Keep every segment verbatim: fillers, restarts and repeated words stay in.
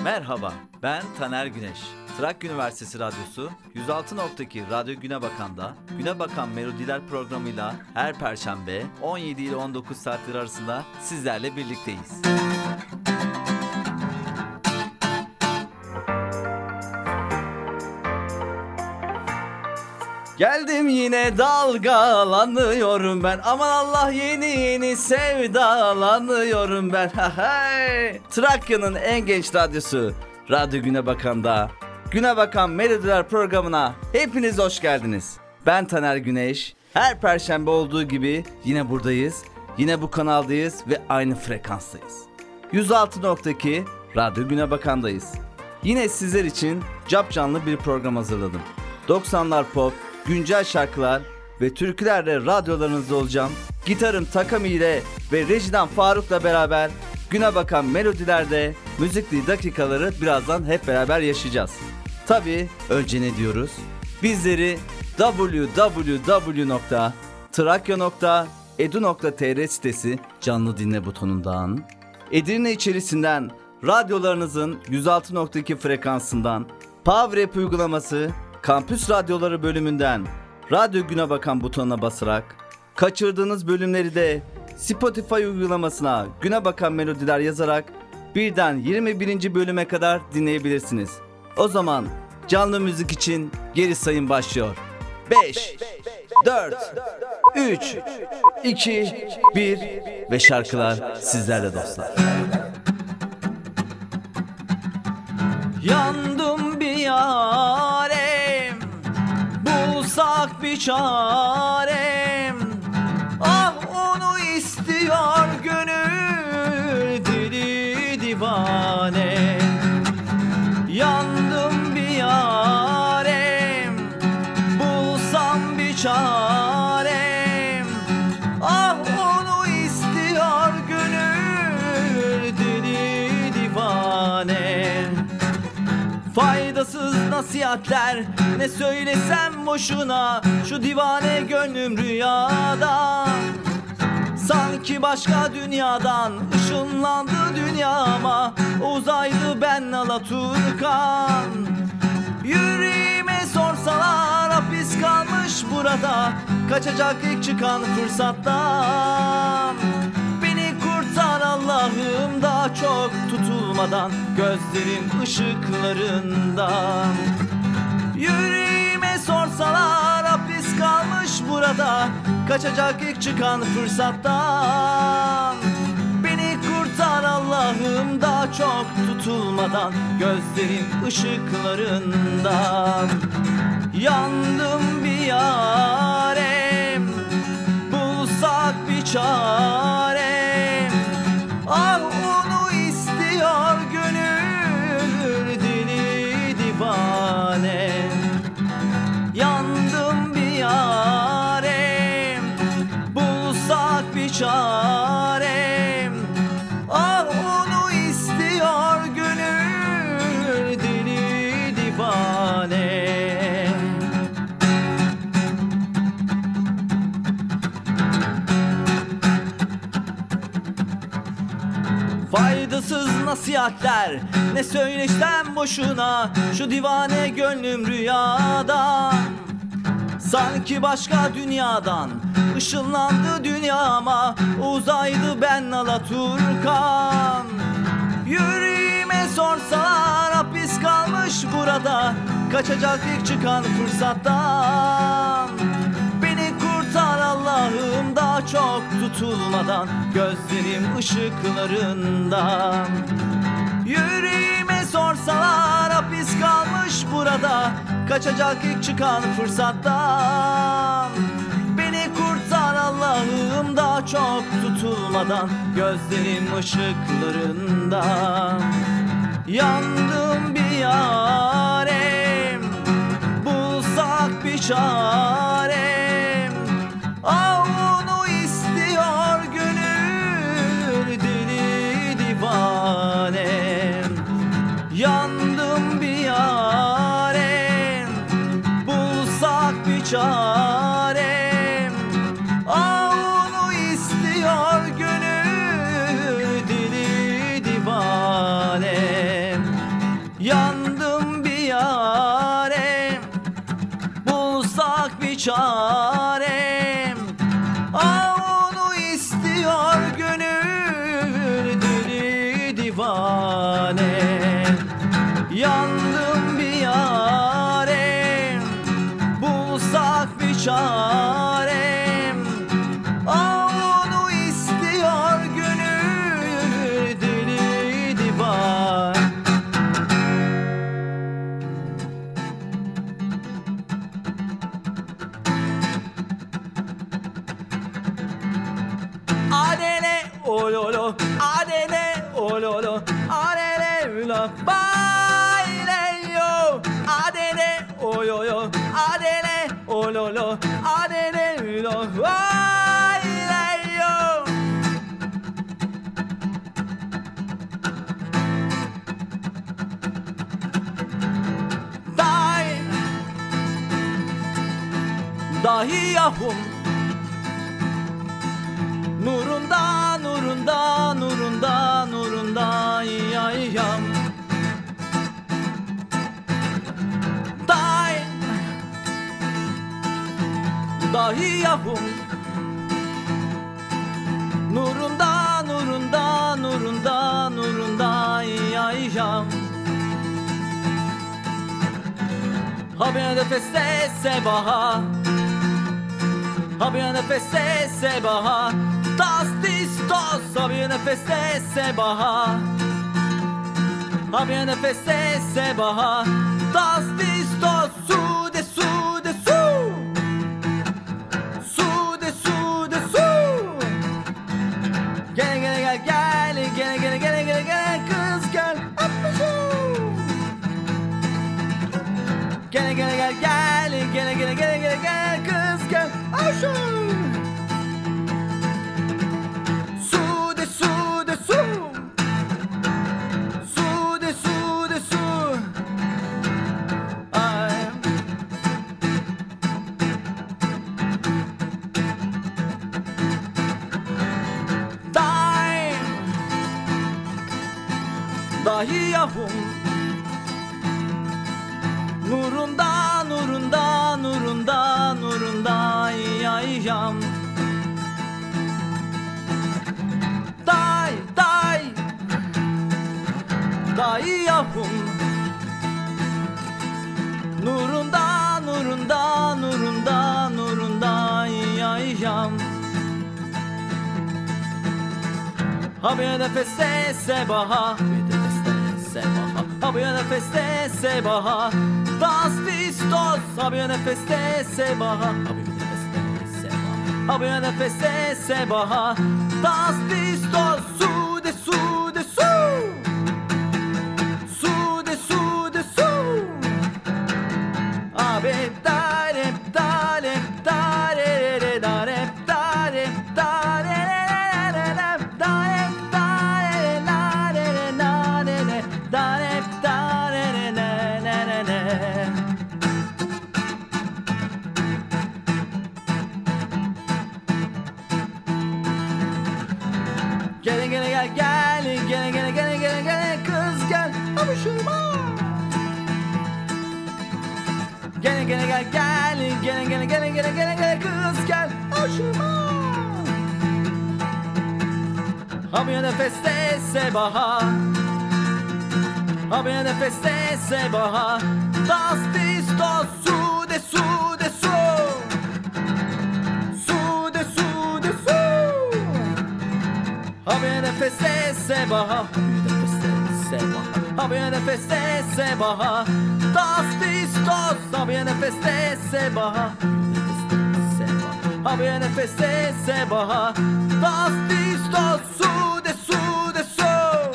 Merhaba, ben Taner Güneş. Trakya Üniversitesi Radyosu yüz altı nokta iki Radyo Güne Bakan'da Güne Bakan Melodiler programıyla her Perşembe on yedi ile on dokuz saatler arasında sizlerle birlikteyiz. Geldim yine dalgalanıyorum ben. Aman Allah, yeni yeni sevdalanıyorum ben. Trakya'nın en genç radyosu Radyo Güne Bakan'da Güne Bakan Melodiler programına hepiniz hoş geldiniz. Ben Taner Güneş. Her perşembe olduğu gibi yine buradayız. Yine bu kanaldayız ve aynı frekanstayız. yüz altı nokta iki Radyo Güne Bakan'dayız. Yine sizler için capcanlı bir program hazırladım. doksanlar pop, güncel şarkılar ve türkülerle radyolarınızda olacağım. Gitarım Takami ile ve rejiden Faruk'la beraber Güne Bakan Melodilerde müzikli dakikaları birazdan hep beraber yaşayacağız. Tabii önce ne diyoruz? Bizleri double-u double-u double-u nokta trakya nokta edu nokta tr sitesi canlı dinle butonundan, Edirne içerisinden radyolarınızın yüz altı nokta iki frekansından, Power App uygulaması Kampüs Radyoları bölümünden Radyo Güne Bakan butonuna basarak, kaçırdığınız bölümleri de Spotify uygulamasına Güne Bakan Melodiler yazarak birden yirmi birinci bölüme kadar dinleyebilirsiniz. O zaman canlı müzik için geri sayım başlıyor. beş, dört, üç, iki, bir ve şarkılar sizlerle dostlar. Yandım bir yarem, bulsak bir çarem. Ah, onu istiyor gönül deli divane. Yandım bir yarem, bulsam bir çarem. Ah, onu istiyor gönül deli divane. Faydasız nasihatler, ne söylesem boşuna. Şu divane gönlüm rüyada, sanki başka dünyadan ışınlandı dünyama. Uzaydı ben Alaturkan. Yüreğime sorsalar hapis kalmış burada, kaçacak ilk çıkan fırsattan. Beni kurtar Allah'ım, daha çok tutulmadan gözlerin ışıklarından. Yüreğime sorsalar hapis kalmış burada, kaçacak ilk çıkan fırsattan. Beni kurtar Allah'ım, daha çok tutulmadan gözlerin ışıklarından. Yandım bir yarem, bulsak bir çarem. Ah, onu istiyor gönül deli divane. Yandım bir yarem, bulsak bir çarem. Ah, onu istiyor gönül deli divane. Faydasız nasihatler, ne söylesem boşuna. Şu divane gönlüm rüyada, sanki başka dünyadan ışınlandı dünyama. Uzaydı ben Alaturkan. Yüreğime sorsalar hapis kalmış burada, kaçacak ilk çıkan fırsattan. Beni kurtar Allah'ım, daha çok tutulmadan gözlerim ışıklarından. Yüreğime sorsalar hapis kalmış burada, kaçacak ilk çıkan fırsattan. Beni kurtar Allah'ım, daha çok tutulmadan gözlerim ışıklarından. Yandım bir yarem, bulsak bir çarem. Ah, onu istiyor gönül deli divane. Yandım bir yarem, bulsak bir çarem. Ah, onu istiyor gönül deli divane. yandım bir yarem, bulsak bir çarem. Onu istiyor gönül deli divan. Adele ololo, adele ololo, adele la baile yo, adele oyoyo, adele ololo, adele la baile yo. Dahi, dahi yahum, nurunda, nurunda, nurunda, nurunda yayam. Dahi, dahi yahum, nurunda, nurunda, nurunda, nurunda yayam. Habire nefeste sebaha, habire nefeste sebaha, das distos, habire nefeste sebaha, habire nefeste sebaha, das distos, su de su de su, su de su de su. Gel gel gel gel, gel gel gel gel gel kız gel, gel gel gel gel, gel gel gel gel gel kız gel, aşu. Su de su de su, su de su de su. Ay. Dahi, dahi yahum, nurunda, nurunda, nurunda, nurunda yayam. Day, day, day yahum, nurunda, nurunda, nurunda, nurunda yayam. Habire nefeste sebaha, habire nefeste sebaha, habire nefeste sebaha, das distos, habire nefeste sebaha, habire nefeste sebaha, habire nefeste sebaha, das distos, su de su de su, su de su de su. Abi dare dare dare dare dare dare. Gel gel gel gel, gel gel gel gel gel kız gel, abuşuma. Gel gel gel gel, gel gel gel gel gel gel kız gel, abuşuma. Habire nefeste sebaha, habire nefeste sebaha, das distos, su de su de su, su de su de su. Habire nefeste sebaha, habire nefeste sebaha, das distos, habire nefeste sebaha, habire nefeste sebaha, das distos, su de su de su,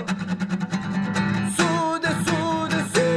su de su de su.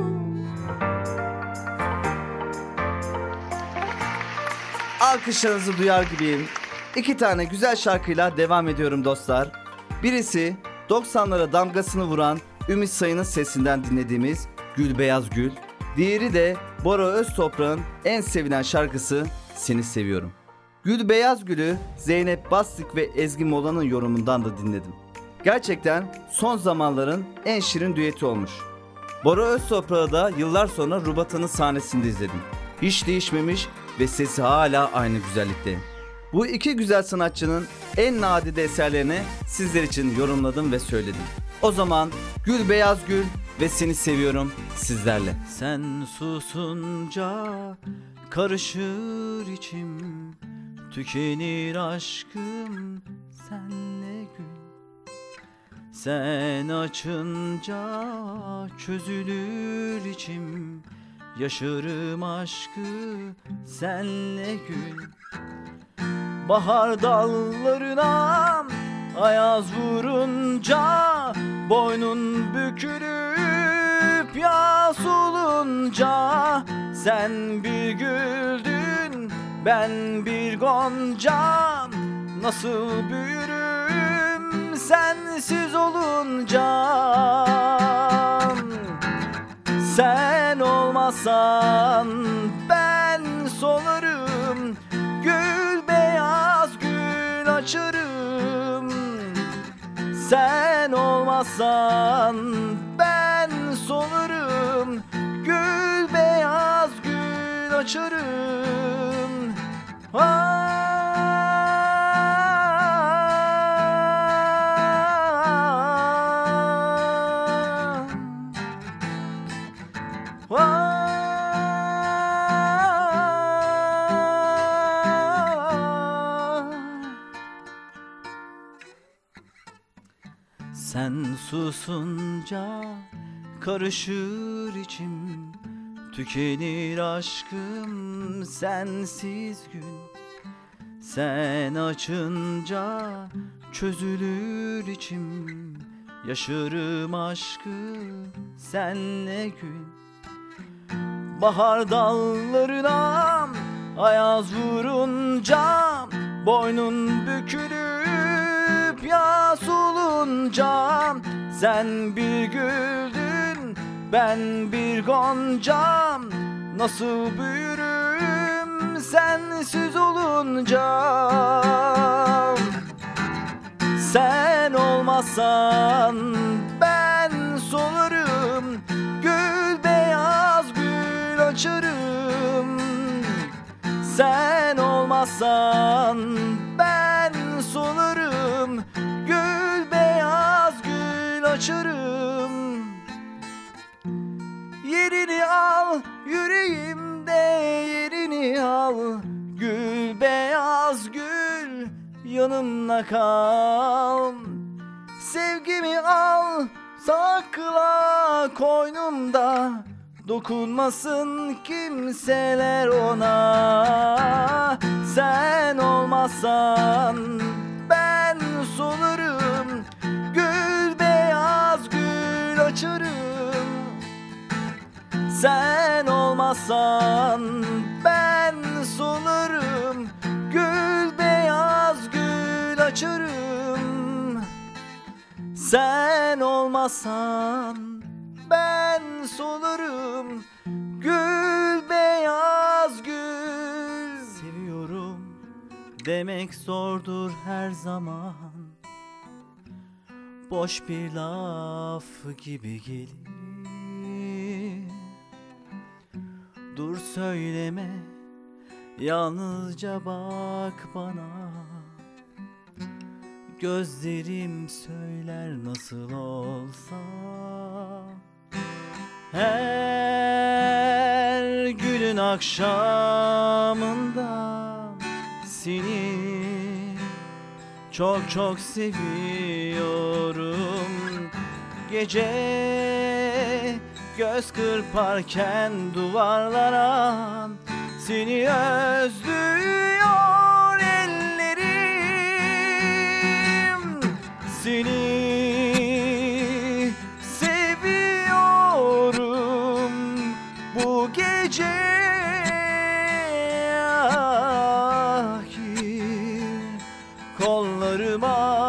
Alkışlarınızı duyar gibiyim. İki tane güzel şarkıyla devam ediyorum dostlar. Birisi doksanlara damgasını vuran Ümit Sayın'ın sesinden dinlediğimiz Gül Beyaz Gül. Diğeri de Bora Öztoprak'ın en sevilen şarkısı Seni Seviyorum. Gül Beyaz Gül'ü Zeynep Bastık ve Ezgi Mola'nın yorumundan da dinledim. Gerçekten son zamanların en şirin düeti olmuş. Bora Öztoprak'ı da yıllar sonra Rubata'nın sahnesinde izledim. Hiç değişmemiş ve sesi hala aynı güzellikte. Bu iki güzel sanatçının en nadide eserlerini sizler için yorumladım ve söyledim. O zaman Gül Beyaz Gül ve seni seviyorum sizlerle. Sen susunca karışır içim, tükenir aşkım senle gül. Sen açınca çözülür içim, yaşarım aşkı senle gül. Bahar dallarına ayaz vurunca boynun bükülüp yas olunca, sen bir güldün ben bir gonca, nasıl büyürüm sensiz olunca. Sen olmasan ben solarım, gül beyaz gül açarım. Sen olmasan ben solarım, gül beyaz gül açarım. Ah! Sen susunca karışır içim, tükenir aşkım sensiz gün. Sen açınca çözülür içim, yaşarım aşkı senle gül. Bahar dallarına ayaz vurunca boynun bükülüp yas olunca, sen bir güldün ben bir gonca, nasıl büyürüm sensiz olunca. Sen olmasan ben solarım, gül beyaz gül açarım. Sen olmasan ben solarım, gül beyaz gül açarım. Yerini al yüreğimde, yerini al, gül beyaz gül yanımda kal. Sevgimi al sakla koynumda, dokunmasın kimseler ona. Sen olmasan ben solarım, gül beyaz gül açarım. Sen olmasan ben solarım, gül beyaz gül açarım. Sen olmasan ben solarım, gül beyaz gül. Seviyorum demek zordur her zaman, boş bir laf gibi gelir. Dur söyleme, yalnızca bak bana, gözlerim söyler nasıl olsa. Her günün akşamında seni çok çok seviyorum. Gece göz kırparken duvarlara seni özlüyor ellerim. Seni seviyorum bu gece. Ah ki kollarıma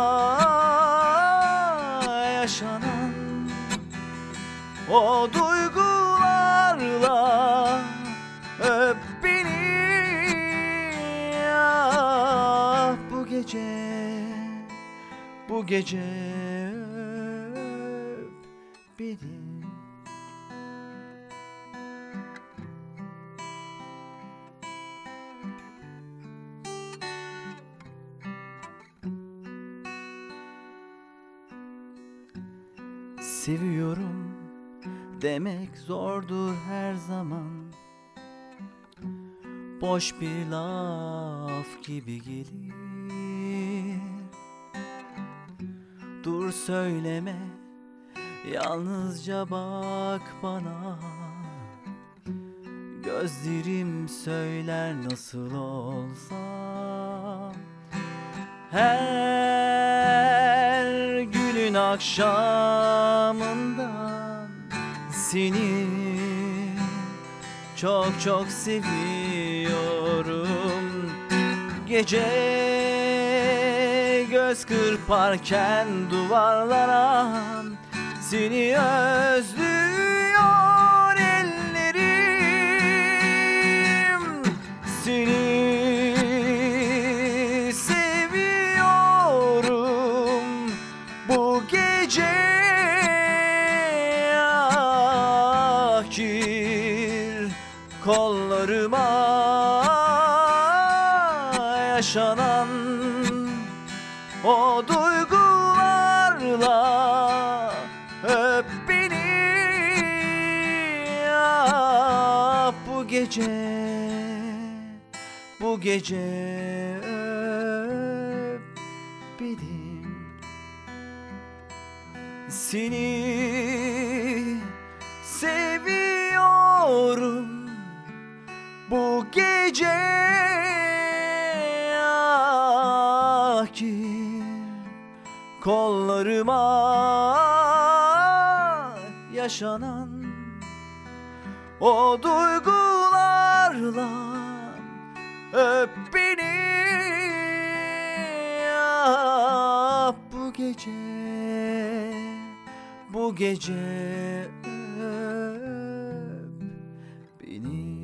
yaşanan o duygularla öp beni. Ah, bu gece, bu gece öp beni. Seviyorum demek zordur her zaman. Boş bir laf gibi gelir. Dur söyleme, yalnızca bak bana. Gözlerim söyler nasıl olsa. Her günün akşamından seni çok çok seviyorum. Gece göz kırparken duvarlara seni özlüyor ellerim. Seni seviyorum bu gece. Ah, gir kollarıma. Yaşanan o duygularla öp beni. Ah, bu gece, bu gece öp beni. Seni seviyorum bu gece. Ah, gir kollarıma. Yaşanan o duygularla öp beni. Ah, bu gece, bu gece öp beni.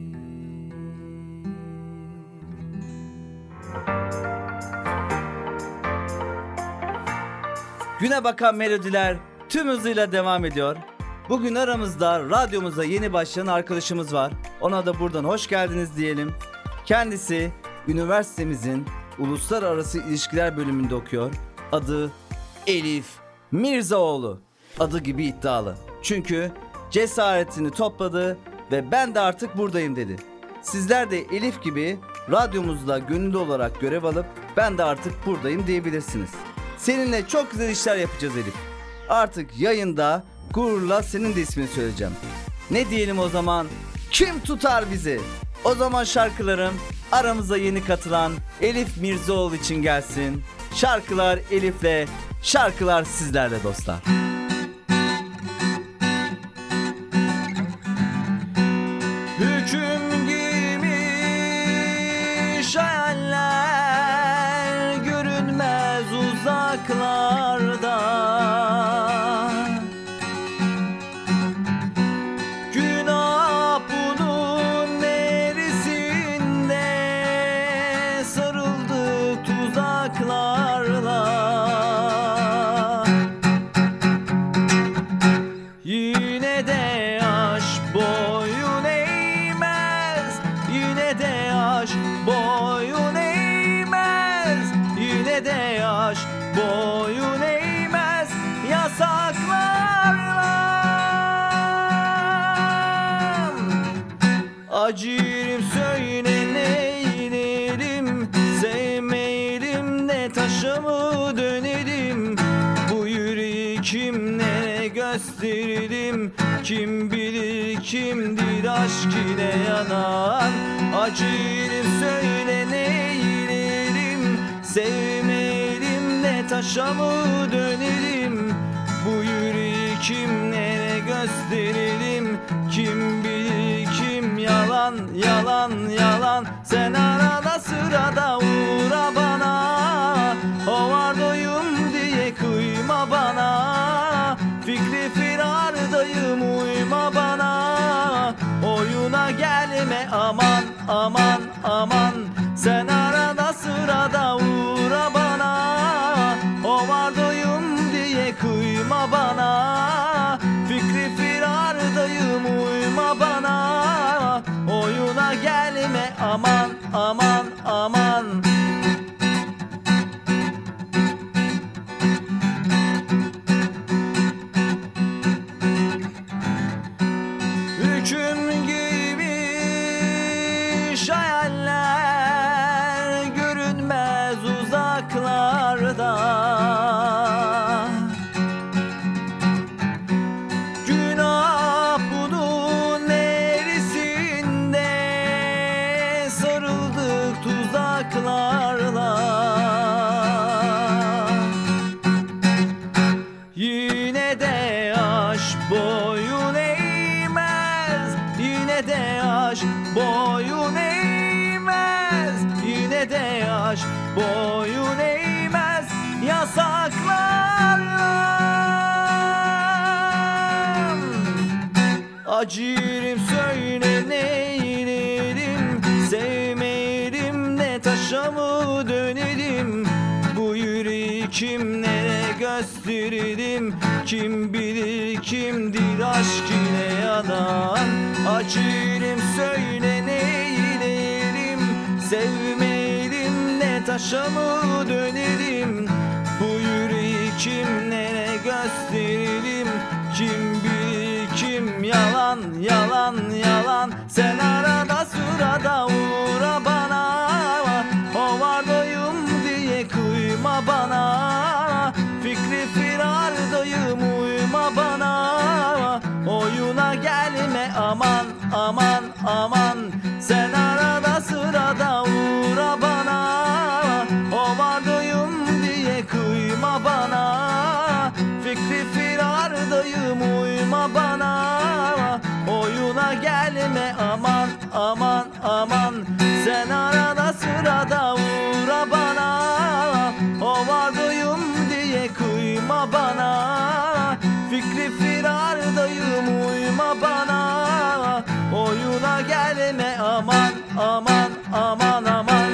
Güne bakan melodiler tüm hızıyla devam ediyor. Bugün aramızda radyomuza yeni başlayan arkadaşımız var. Ona da buradan hoş geldiniz diyelim. Kendisi üniversitemizin Uluslararası İlişkiler bölümünde okuyor. Adı Elif Mirzaoğlu. Adı gibi iddialı. Çünkü cesaretini topladı ve ben de artık buradayım dedi. Sizler de Elif gibi radyomuzda gönüllü olarak görev alıp ben de artık buradayım diyebilirsiniz. Seninle çok güzel işler yapacağız Elif. Artık yayında gururla senin de ismini söyleyeceğim. Ne diyelim o zaman? Kim tutar bizi? O zaman şarkılarım aramıza yeni katılan Elif Mirzaoğlu için gelsin. Şarkılar Elif'le, şarkılar sizlerle dostlar. Hüküm giymiş hayaller görünmez uzaklarda. Günah bunun neresinde sarıldık tuzaklarla. Yine de aşk boyun eğmez, yine de aşk boyun eğmez, yine de aşk boyun eğmez yasaklarla. Acırım söyle neylerim, sevmeyelim de taşımı dönelim. Bu yüreği kimlere gösterelim, kim bilir kimdir aşk ile yanan. Acırım söyle neylerim, sevmeyelim de taşa mı dönelim. Bu yüreği kimlere gösterelim, kim bilir kim yalan yalan yalan. Sen arada sırada uğra bana, o vardayım diye kıyma bana. Fikri firardayım uyma bana, oyuna gelme aman aman aman. Sen arada sırada uğra bana, o vardayım diye kıyma bana. Fikri firardayım uyma bana, oyuna gelme aman aman aman. Acırım söyle neylerim, sevmeyelim ne taşa mı dönerim. Bu yüreği kimlere gösterelim, kim bilir kimdir aşk ile yanan. Acırım söyle neylerim, sevmeyelim ne taşa mı dönerim. Bu yüreği kimlere gösterelim, kim bilir kim yalan yalan yalan. Sen arada sırada uğra bana, o vardayım diye kıyma bana. Fikri firardayım uyma bana, oyuna gelme aman aman aman. Sen arada sırada uğra bana, o vardayım diye kıyma bana. Fikri firardayım uyma bana, oyuna gelme aman aman aman. Sen arada sırada uğra bana, o vardayım diye kıyma bana. Fikri firardayım uyma bana, oyuna gelme aman aman aman aman.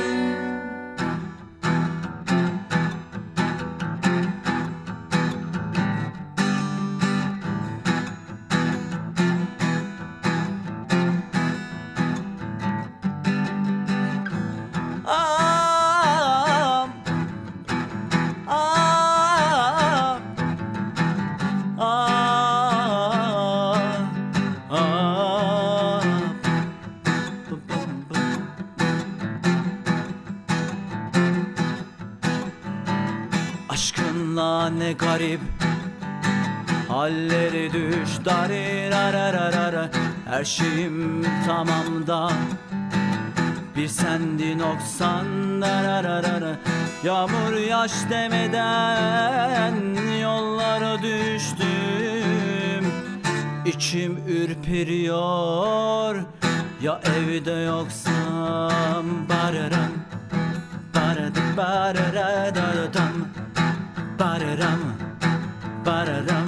Aşkınla ne garip halleri düş darirararara. Her şeyim tamam da bir sendin noksan dararara. Yağmur yaş demeden yollara düştüm, İçim ürperiyor ya evde yoksam. Bararam baradım bararadatam, bararam bararam.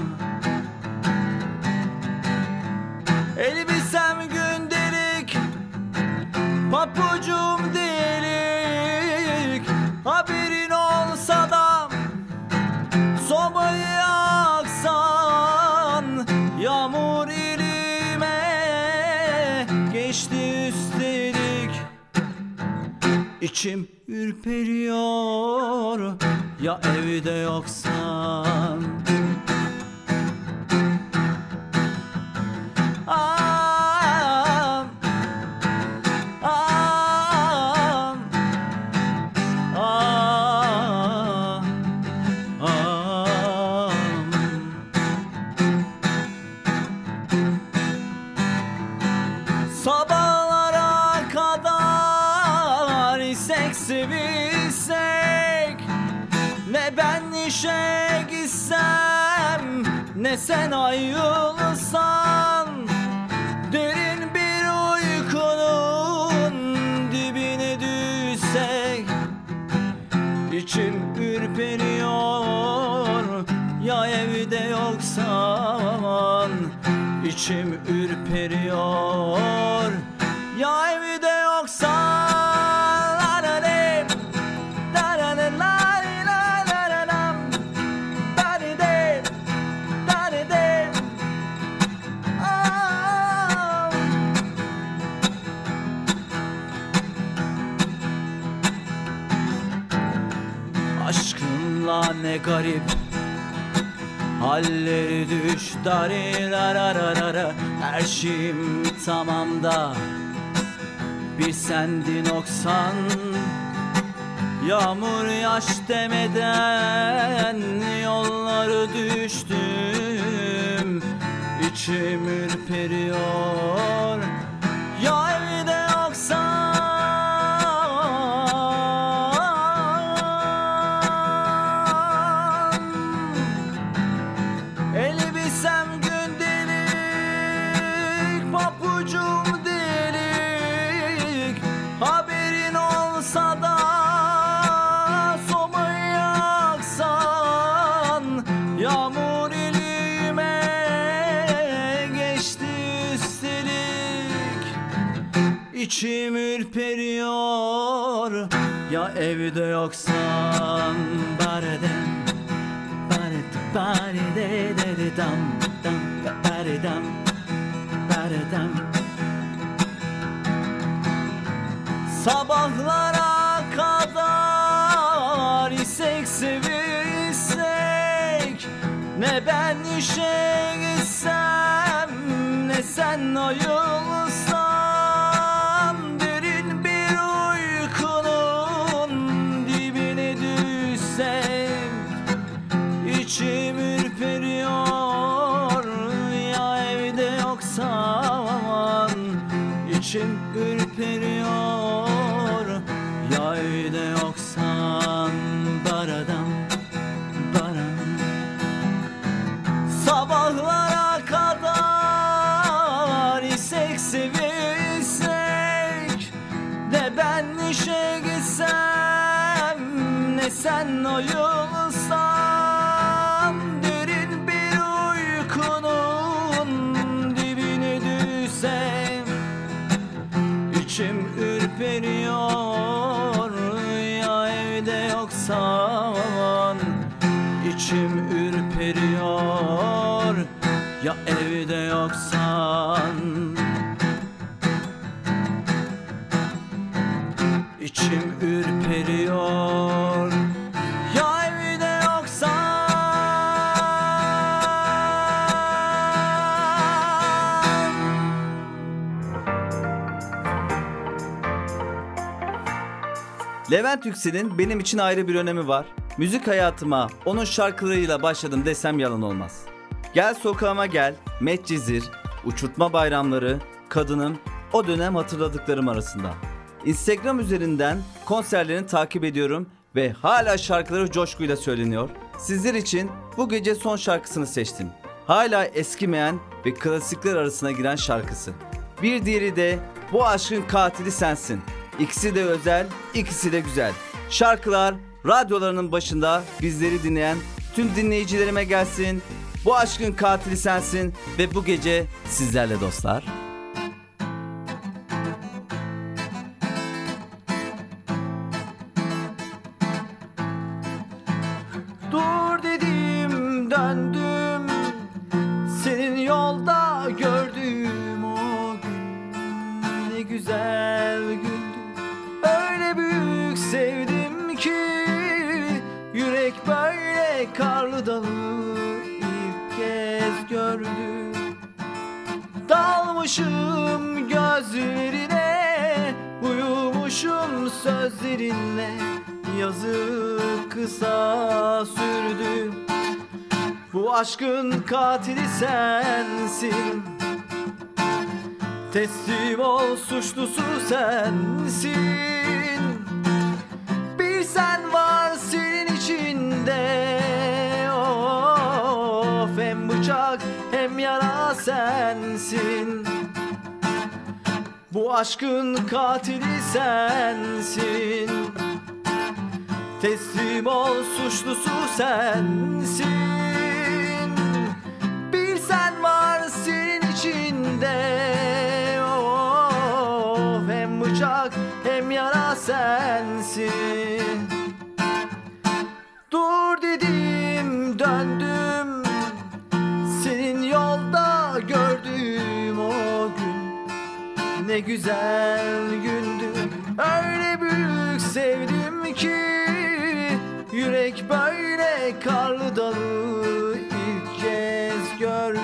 Elbisem gündelik, papucum delik. Haberin olsa da sobayı yaksan. Yağmur elime geçti üstelik, İçim ürperiyor ya evde yoksan. Am, am, am, am. Sabahlara kadar isek sevilsek, ne ben işe gitsem ne sen ayılsan. Derin bir uykunun dibine düşsek, İçim ürperiyor ya evde yoksan. İçim ürperiyor ya evde yoksan. Aşkınla ne garip halleri düş darirararara. Her şeyim tamam da bir sendin noksan. Yağmur yaş demeden yolları düştüm, İçim ürperiyor ya evde yoksan. Elbisem gündelik, papucum delik. Haberin olsa da sobayı yaksan. Yağmur elime geçti üstelik, İçim ürperiyor ya evde yoksan. Baredem baredem baredem dam baredem baredem. Sabahlara kadar isek sevilsek, ne ben işe gitsem ne sen ayılsan, derin bir uykunun dibine düşsem. İçim ürperiyor ya evde yoksan. İçim ürperiyor ya evde yoksan. Baradam baram. Sabahlara kadar isek sevilsek, de ben işe gitsem ne sen ayılsan, derin bir uykunun dibine düşsem. İçim ürperiyor ya evde yoksan. İçim ürperiyor ya evde yoksan. İçim ürperiyor ya evde yoksan. Levent Yüksel'in benim için ayrı bir önemi var. Müzik hayatıma onun şarkılarıyla başladım desem yalan olmaz. Gel Sokağıma Gel, Medcezir, Uçurtma Bayramları, Kadınım o dönem hatırladıklarım arasında. Instagram üzerinden konserlerini takip ediyorum ve hala şarkıları coşkuyla söyleniyor. Sizler için bu gece son şarkısını seçtim. Hala eskimeyen ve klasikler arasına giren şarkısı. Bir diğeri de Bu Aşkın Katili Sensin. İkisi de özel, ikisi de güzel. Şarkılar radyolarının başında bizleri dinleyen tüm dinleyicilerime gelsin. Bu aşkın katili sensin ve bu gece sizlerle dostlar. Dur dedim, döndüm, senin yolda gördüğüm o gün. Ne güzel gündü, öyle büyük sevdim ki, yürek böyle karlı dalı ilk kez gördü. Dalmışım gözlerine, uyumuşum sözlerinle, yazı kısa sürdü. Bu aşkın katili sensin, teslim ol suçlusu sensin. Bir sen var senin içinde, of, hem bıçak hem yara sensin. Bu aşkın katili sensin, teslim ol suçlusu sensin. Bir sen var senin içinde, of, hem bıçak hem yara sensin. Dur dedim, döndüm, senin yolda gördüğüm o gün. Ne güzel gündü, öyle büyük sevdim ki, yürek böyle karlı dalı ilk kez gördü.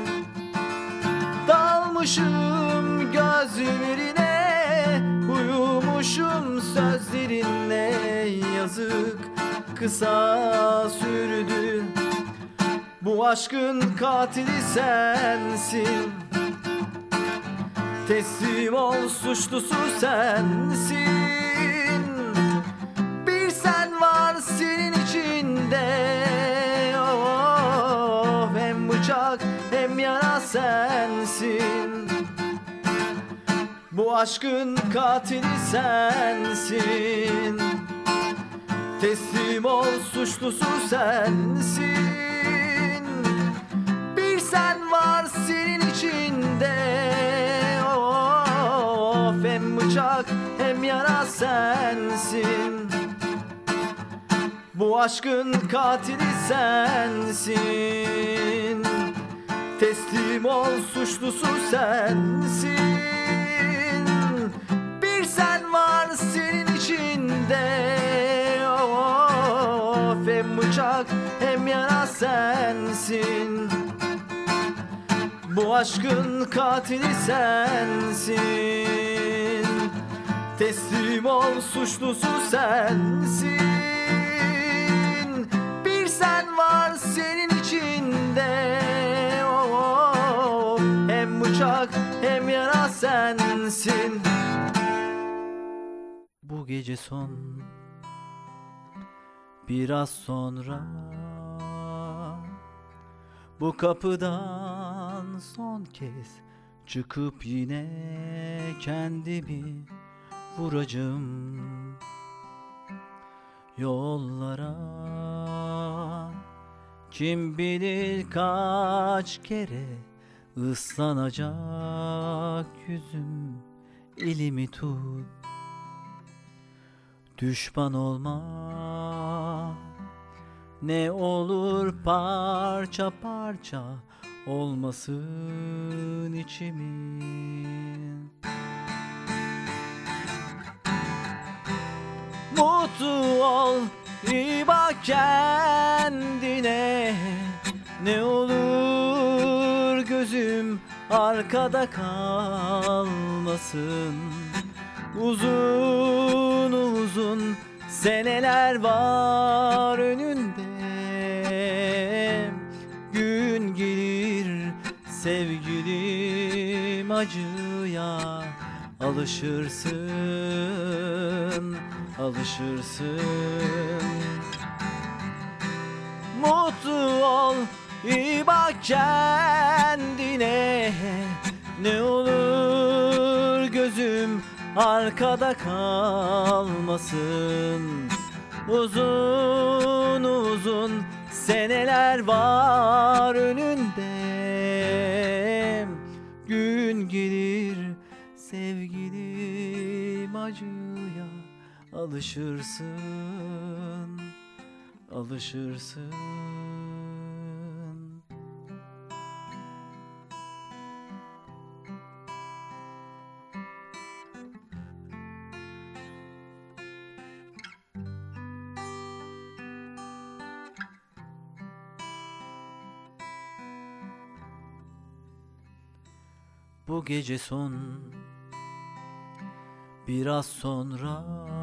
Dalmışım gözlerine, uyumuşum sözlerinle, yazık kısa sürdü. Bu aşkın katili sensin, teslim ol suçlusu sensin. Bir sen var senin içinde, of, hem bıçak hem yara sensin. Bu aşkın katili sensin, teslim ol suçlusu sensin. Bir sen var senin içinde, of, hem bıçak hem yara sensin. Bu aşkın katili sensin. Teslim ol, suçlusu sensin. Bir sen var senin içinde. Of, hem bıçak hem yara sensin. Bu aşkın katili sensin. Teslim ol, suçlusu sensin. Bir sen var senin içinde. Oh, hem bıçak hem yara sensin. Bu gece son, biraz sonra bu kapıdan son kez çıkıp yine kendimi vuracağım yollara. Kim bilir kaç kere ıslanacak yüzüm, elimi tut, düşman olma. Ne olur parça parça olmasın içimin. Mutlu ol, iyi bak kendine. Ne olur gözüm arkada kalmasın. Uzun uzun seneler var önünde. Gün gelir sevgilim, acıya alışırsın, alışırsın. Mutlu ol, iyi bak kendine. Ne olur gözüm arkada kalmasın. Uzun uzun seneler var önünde. Gün gelir sevgilim, acıya alışırsın, alışırsın. Bu gece son, biraz sonra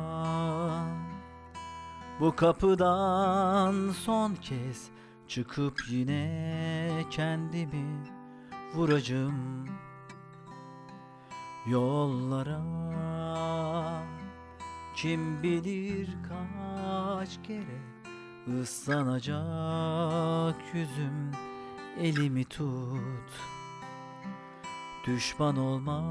bu kapıdan son kez çıkıp yine kendimi vuracağım yollara. Kim bilir kaç kere ıslanacak yüzüm, elimi tut, düşman olma.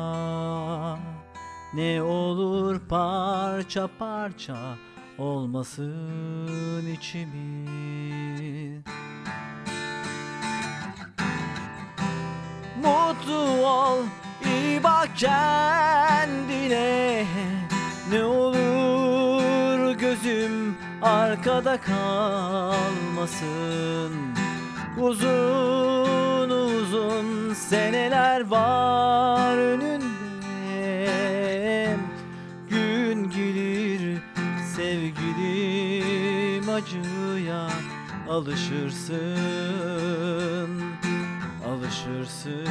Ne olur parça parça olmasın içimiz. Mutlu ol, iyi bak kendine. Ne olur gözüm arkada kalmasın. Uzun uzun seneler var önünde. Gün gelir sevgilim, acıya alışırsın, alışırsın.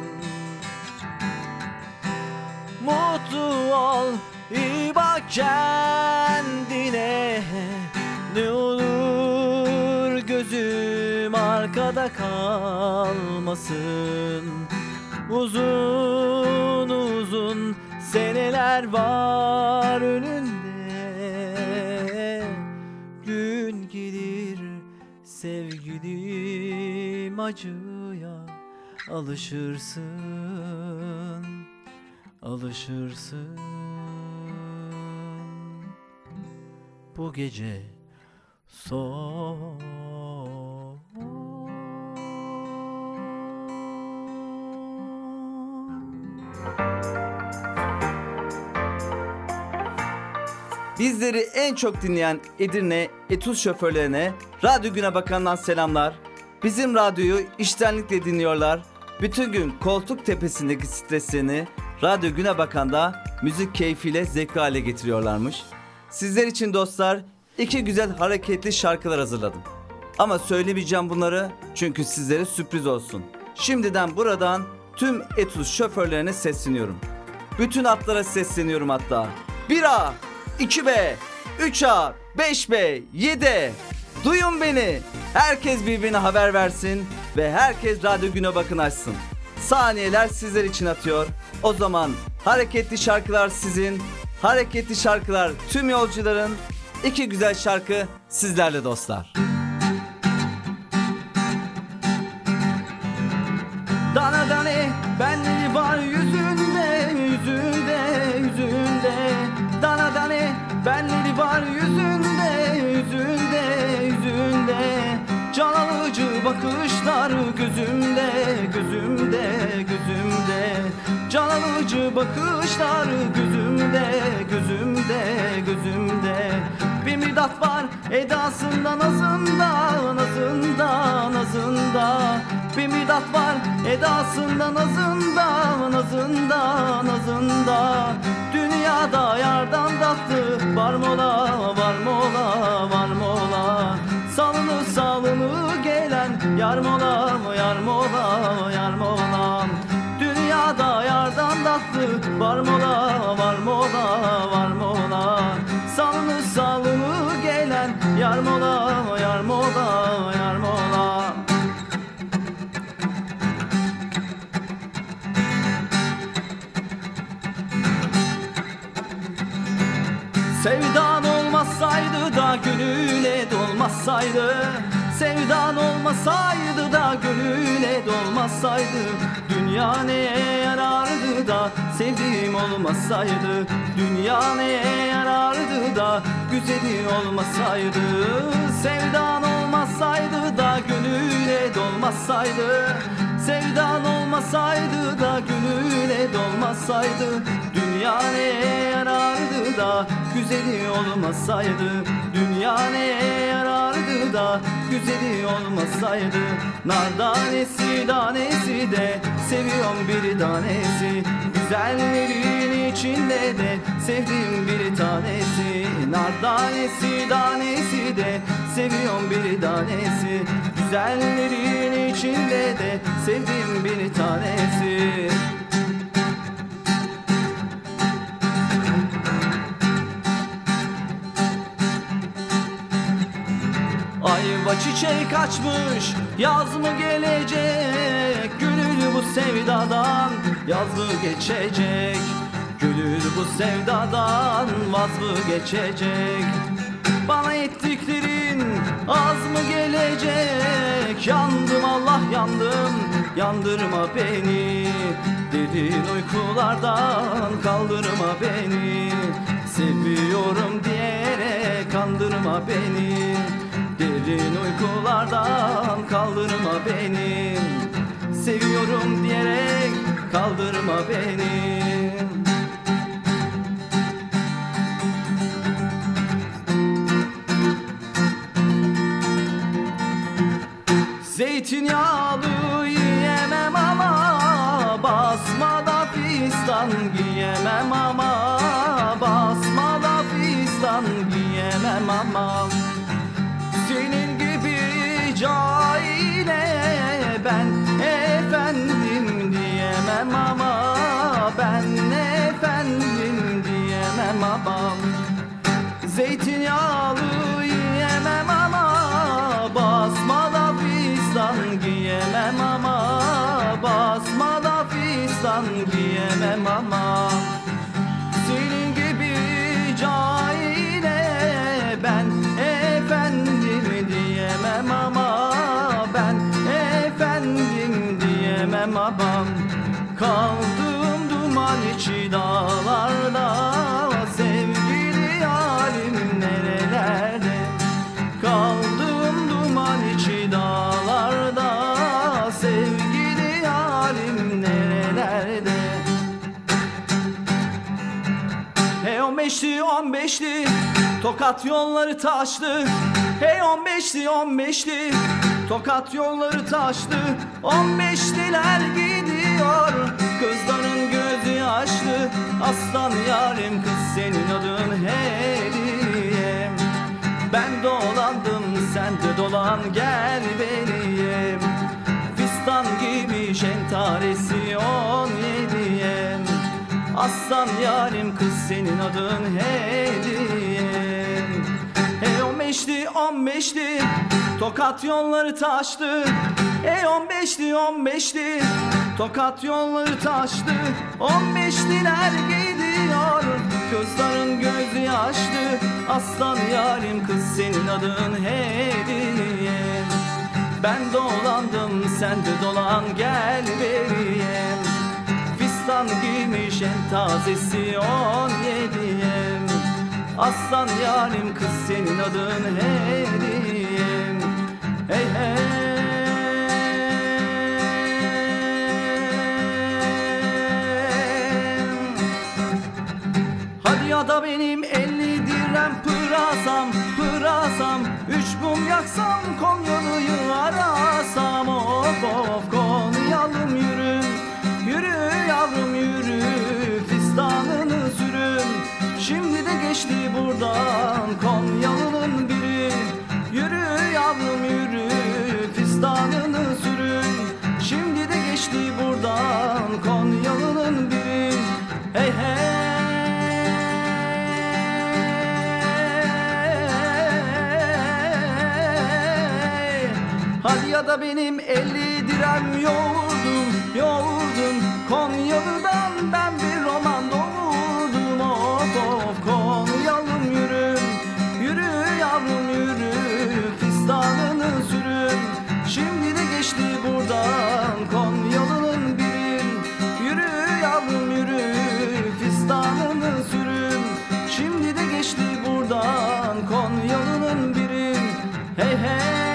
Mutlu ol, iyi bak kendine. Ne olur gözüm arkada kalmasın. Uzun uzun seneler var önünde. Gün gelir sevgilim, acıya alışırsın, alışırsın. Bu gece son. Bizleri en çok dinleyen Edirne Etuz şoförlerine Radyo Güne Bakan'dan selamlar. Bizim radyoyu içtenlikle dinliyorlar. Bütün gün koltuk tepesindeki streslerini Radyo Güne Bakan'da müzik keyfiyle zevkli hale getiriyorlarmış. Sizler için dostlar iki güzel hareketli şarkılar hazırladım. Ama söylemeyeceğim bunları çünkü sizlere sürpriz olsun. Şimdiden buradan tüm Etuz şoförlerine sesleniyorum. Bütün atlara sesleniyorum hatta. bir A, iki B, üç A, beş B, yedi. Duyun beni. Herkes birbirine haber versin ve herkes Radyo Güne Bakın açsın. Saniyeler sizler için atıyor. O zaman hareketli şarkılar sizin, hareketli şarkılar tüm yolcuların. İki güzel şarkı sizlerle dostlar. Dana dane benleri var yüzünde, yüzünde, yüzünde. Dana dane benleri var yüzünde, yüzünde, yüzünde. Can alıcı bakışlar gözümde, gözümde, gözümde. Can alıcı bakışlar gözümde, gözümde, gözümde. Bir müddat var edasında, nazında, nazında, nazında. Bir müddat var edasında, nazında, nazında, nazında. Dünyada yardan tatlı var mola, var mola, var mola. Salını salını gelen yar mola, yar mola, yar mola. Dünyada yardan tatlı var mola, var mola, var mola. Salını salını gelen yar mola, yar mola, yar mola. Sevdan olmasaydı da gönüle dolmasaydı. Sevdan olmasaydı da gönüle dolmasaydı. Dünya neye yarardı da sevdiğim olmasaydı. Dünya neye yarardı da güzeli olmasaydı. Sevdan olmasaydı da gönüle dolmasaydı. Sevdan olmasaydı da gönüle dolmasaydı. Dünya neye yarardı da güzeli olmasaydı. Dünya neye yarardı da güzeli olmasaydı. Nar tanesi tanesi de seviyorum bir tanesi. Güzellerin içinde de sevdiğim bir tanesi. Nar tanesi tanesi de seviyorum bir tanesi. Güzellerin içinde de sevdiğim bir tanesi. Ayva çiçek açmış, yaz mı gelecek? Gönül bu sevdadan yaz mı geçecek? Gönül bu sevdadan vaz mı geçecek? Bana ettiklerin az mı gelecek? Yandım Allah yandım, yandırma beni. Derin uykulardan kaldırma beni. Seviyorum diyerek kandırma beni. Derin uykulardan kaldırma beni. Seviyorum diyerek kaldırma beni. Zeytinyağlı yiyemem ama basmada fistan giyemem ama basmada fistan giyemem ama. Senin gibi cahile ben efendim diyemem ama ben efendim diyemem ama. Zeytinyağlı yiyemem ama basmada fistan giyemem ama basmada fistan giyemem ama. Senin gibi cahile ben efendim diyemem ama ben efendim diyemem ama. Kaldım duman içi dağlarda, sevgili halim nerelerde? Kaldım duman içi dağlarda, sevgili halim nerelerde? Hey o beşli on beşli Tokat yolları taşlı. Hey on beşli on beşli Tokat yolları taşlı. On beşliler gidiyor, kızların gözü yaşlı. Aslan yarim kız senin adın Hediye. Ben dolandım sen de dolan gel benim. Fistan gibi şentaresi on yediye. Aslan yarim kız senin adın Hediye. Hey on beşli on beşli Tokat yolları taşlı. Hey on beşli on beşli Tokat yolları taşlı. On beşliler gidiyor, kızların gözü yaşlı. Aslan yarim kız senin adın Hediye. Ben dolandım sen de dolan gel vereyim. Fistan giymiş en tazesi on yediye. Aslan yarim kız senin adın Hediye. Hey hey. Hadi ya da benim elli dirhem pırasam pırasam. Üç mum yaksam Konyalı'yı arasam. Of of Konyalım yürü, yürü yavrum yürü. Fistanını sürün, şimdi de geçti buradan Konyalı'nın biri. Yürü yavrum yürü, fistanını sürün, şimdi de geçti buradan Konyalı'nın biri. Hey hey. Hadi ya da benim elli dirhem yoğurdum, yoğurdum. Konyalı'dan ben bir roman doğurdum. Of of Konyalım yürü, yürü yavrum yürü. Fistanını sürün, şimdi de geçti buradan Konyalı'nın biri. Yürü yavrum yürü, fistanını sürün, şimdi de geçti buradan Konyalı'nın biri. Hey hey.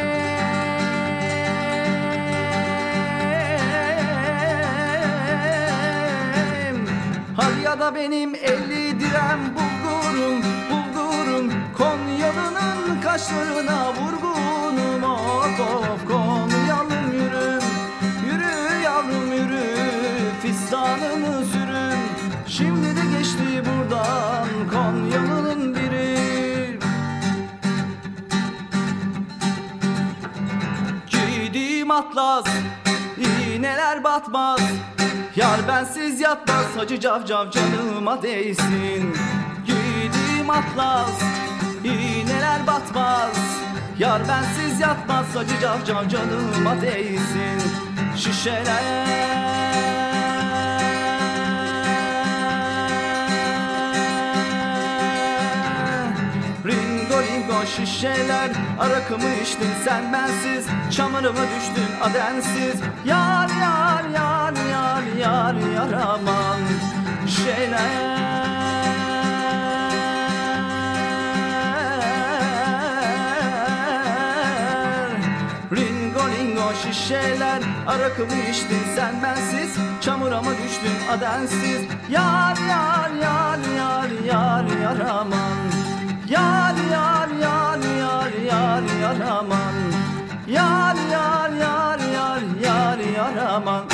Hadi ya da benim elli dirhem bulgurum, bulgurum. Konyalı'nın kaşlarına vurgunum. Of of Konyalım yürü, yürü yavrum yürü. Fistanını sürün, şimdi de geçti buradan Konyalı'nın biri. Giydiğim atlas iğneler batmaz. Yar bensiz yatmaz, Hacı Cavcav canıma değsin. Giydiğim atlas iğneler batmaz. Yar bensiz yatmaz, Hacı Cavcav canıma değsin. Şişeler ringo ringo şişeler. Arakımı içtin sen bensiz, çamuruma düştün adensiz. Yar yar yar yar yar yar aman şeyler. Ringo ringo şişeler. Arakımı içtin sen bensiz, çamuruma düştün adensiz. Yar yar yar yar yar yar aman. Yar yar yar yar yar yar aman. Yar yar yar yar yar yar aman.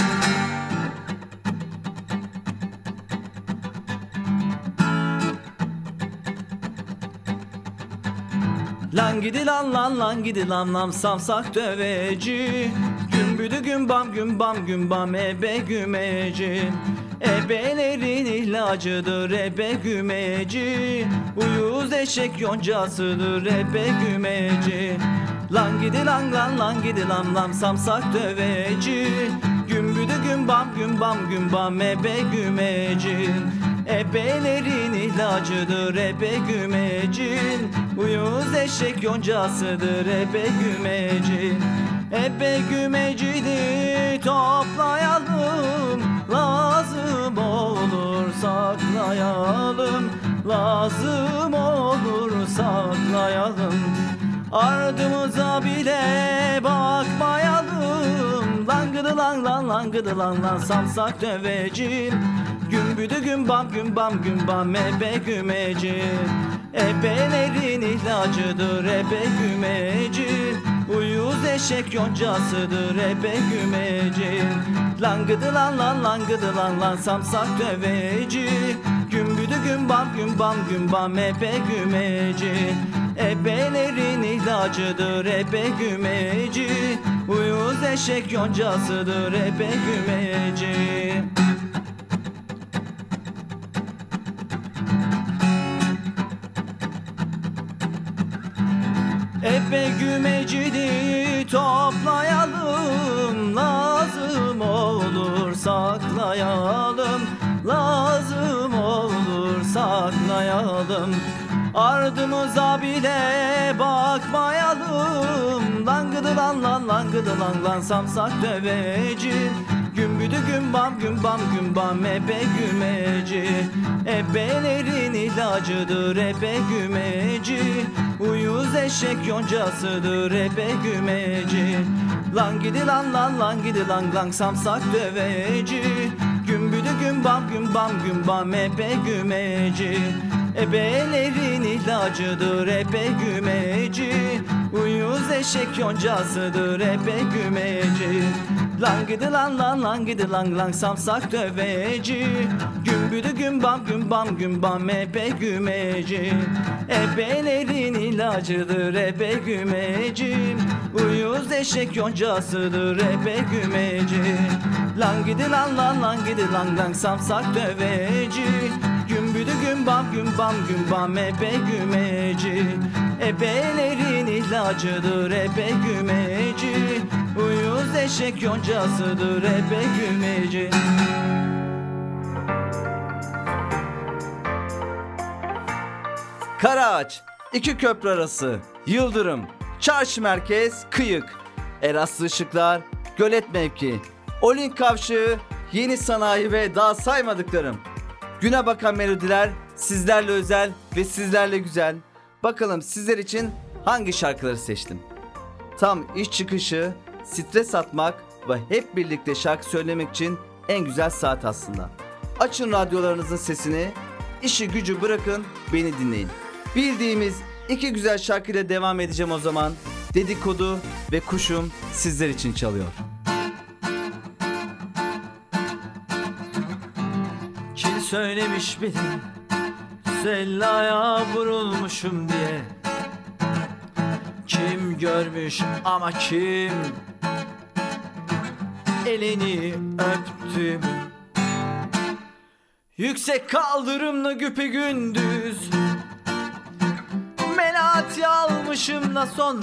Lan gidi lan lan lan gidi lan lan samsak döveci. Gümbüdü gümbam gümbam gümbam ebe gümeci. Ebelerin ilacıdır ebe gümeci. Uyuz eşek yoncasıdır ebe gümeci. Lan gidi lan lan lan gidi lan lan samsak döveci. Gümbüdü gümbam gümbam gümbam ebe gümeci. Ebelerin ilacıdır ebe gümecin. Uyuz eşek yoncasıdır ebe gümecin. Ebe gümecini toplayalım, lazım olur saklayalım. Lazım olur saklayalım. Ardımıza bile bakmayalım. Lan gıdı lan lan lan gıdı lan lan samsak dövecin. Gümbüdü gümbam gümbam gümbam ebe gümeci. Ebelerin ilacıdır ebe gümeci. Uyuz eşek yoncasıdır ebe gümeci. Langıdı lan lan langıdı lan lan samsak döveci. Gümbüdü gümbam gümbam gümbam ebe gümeci. Ebelerin ilacıdır ebe gümeci. Uyuz eşek yoncasıdır ebe gümeci. Ebe gümecini toplayalım, lazım olur saklayalım, lazım olur saklayalım. Ardımıza bile bakmayalım. Langıdı lan lan langıdı lan lan samsak döveci. Gümbüdü gümbam gümbam gümbam ebe gümeci. Ebelerin ilacıdır ebe gümeci. Uyuz eşek yoncasıdır ebe gümeci. Lan gidi lan lan lan gidi lan lan samsak döveci. Gümbüdü gümbam gümbam gümbam ebe gümeci. Ebelerin ilacıdır ebe gümeci. Uyuz eşek yoncasıdır ebe gümeci. Lan gidi lan lan lan gidi lan lan samsak döveci. Gümbüdü gümbam gümbam gümbam ebe gümeci. Ebelerin ilacıdır ebe gümeci. Uyuz eşek yoncasıdır ebe gümeci. Lan gidi lan lan lan gidi lan lan samsak döveci. Gümbüdü gümbam gümbam gümbam ebe gümeci. Ebelerin ilacıdır ebe gümeci. Uyuz eşek yoncasıdır ebe gümeci. Karaağaç, iki köprü arası, Yıldırım, Çarşı merkez, Kıyık, Eraslı ışıklar, Gölet mevki, Olink kavşağı, Yeni sanayi ve daha saymadıklarım. Güne bakan melodiler sizlerle özel ve sizlerle güzel. Bakalım sizler için hangi şarkıları seçtim? Tam iş çıkışı, stres atmak ve hep birlikte şarkı söylemek için en güzel saat aslında. Açın radyolarınızın sesini, işi gücü bırakın, beni dinleyin. Bildiğimiz iki güzel şarkıyla devam edeceğim o zaman. Dedikodu ve Kuşum sizler için çalıyor. Kim söylemiş beni Sellaya vurulmuşum diye? Kim görmüş ama kim elini öptüm? Yüksek kaldırımla güpegündüz Melati almışım da sonra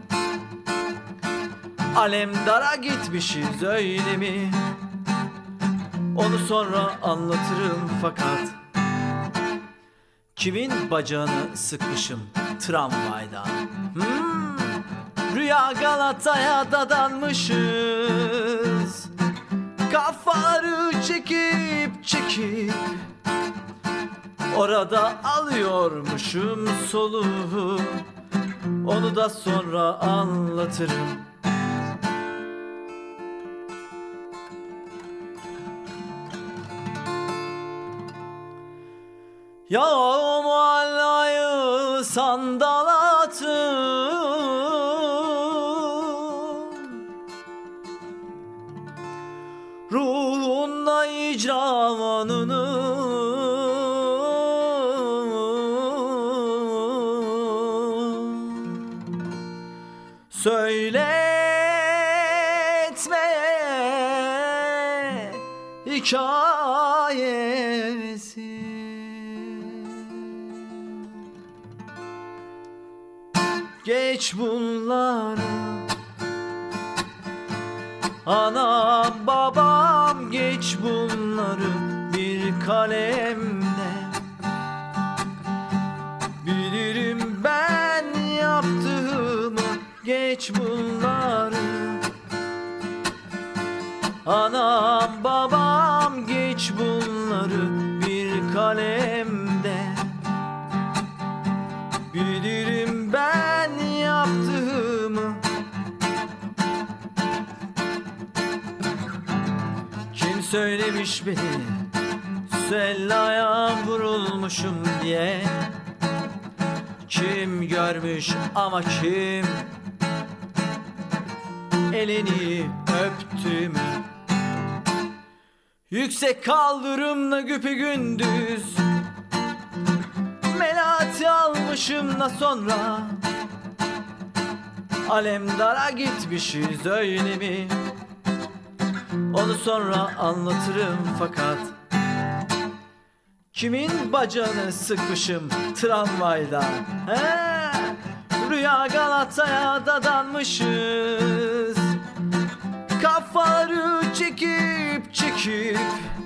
Alemdara gitmişiz öyle mi? Onu sonra anlatırım fakat kimin bacağını sıkmışım tramvayda? Hmm, Rüya Galata'ya dadanmışız. Kafaları çekip çekip orada alıyormuşum soluğu. Onu da sonra anlatırım. Ya o muallayı sandal atın, ruhunda icravanını söyletme hikayesi. Geç bunları, anam babam geç bunları bir kalemle. Bilirim ben yaptığımı, geç bunları. Anam babam geç bunları bir kalemde. Bilirim ben yaptığımı. Kim söylemiş beni Musellaya vurulmuşum diye kim görmüş ama kim elini öptü mü? Yüksek kaldırımla güpegündüz Melati almışım da sonra Alemdara gitmişiz öyle mi? Onu sonra anlatırım fakat kimin bacağını sıkmışım tramvayda? He, Rüya Galata'ya dadanmışız Kafaları çekip çekip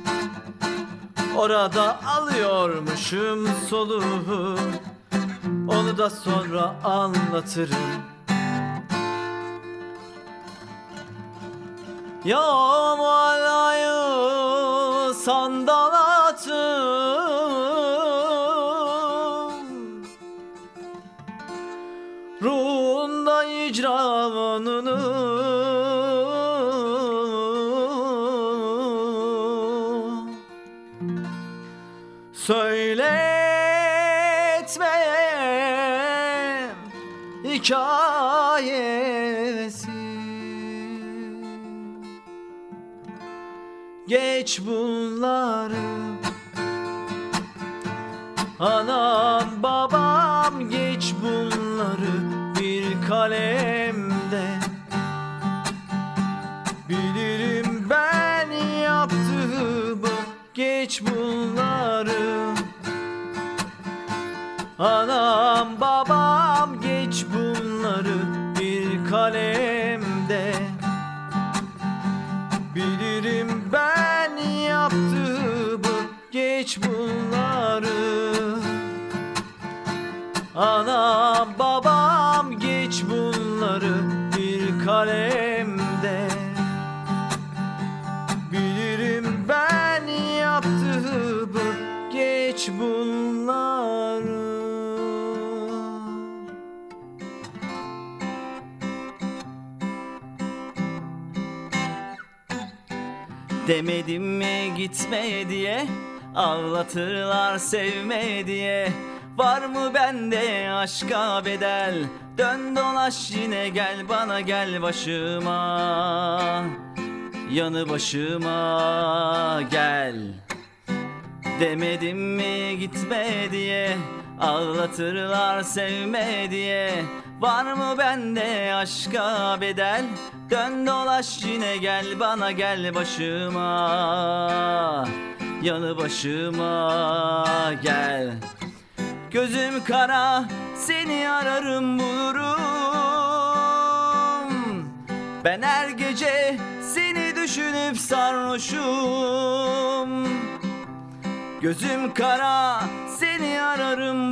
orada alıyormuşum soluğu Onu da sonra anlatırım Yağmalayı sandal atım Ruhunda icranını Söyletmem hikayesi Geç bunları Anam babam geç bunları bir kalemde Bilirim ben yaptığımı geç bunları Anam babam geç bunları bir kalemde Bilirim ben yaptığımı geç bunları Anam babam geç bunları bir kalemde Bilirim ben yaptığımı geç bunları Demedim mi gitme diye Ağlatırlar sevme diye Var mı bende aşka bedel Dön dolaş yine gel bana gel başıma Yanı başıma gel Demedim mi gitme diye Ağlatırlar sevme diye Var mı bende aşka bedel Dön dolaş yine gel bana gel başıma Yanı başıma gel Gözüm kara seni ararım bulurum Ben her gece seni düşünüp sarhoşum Gözüm kara seni ararım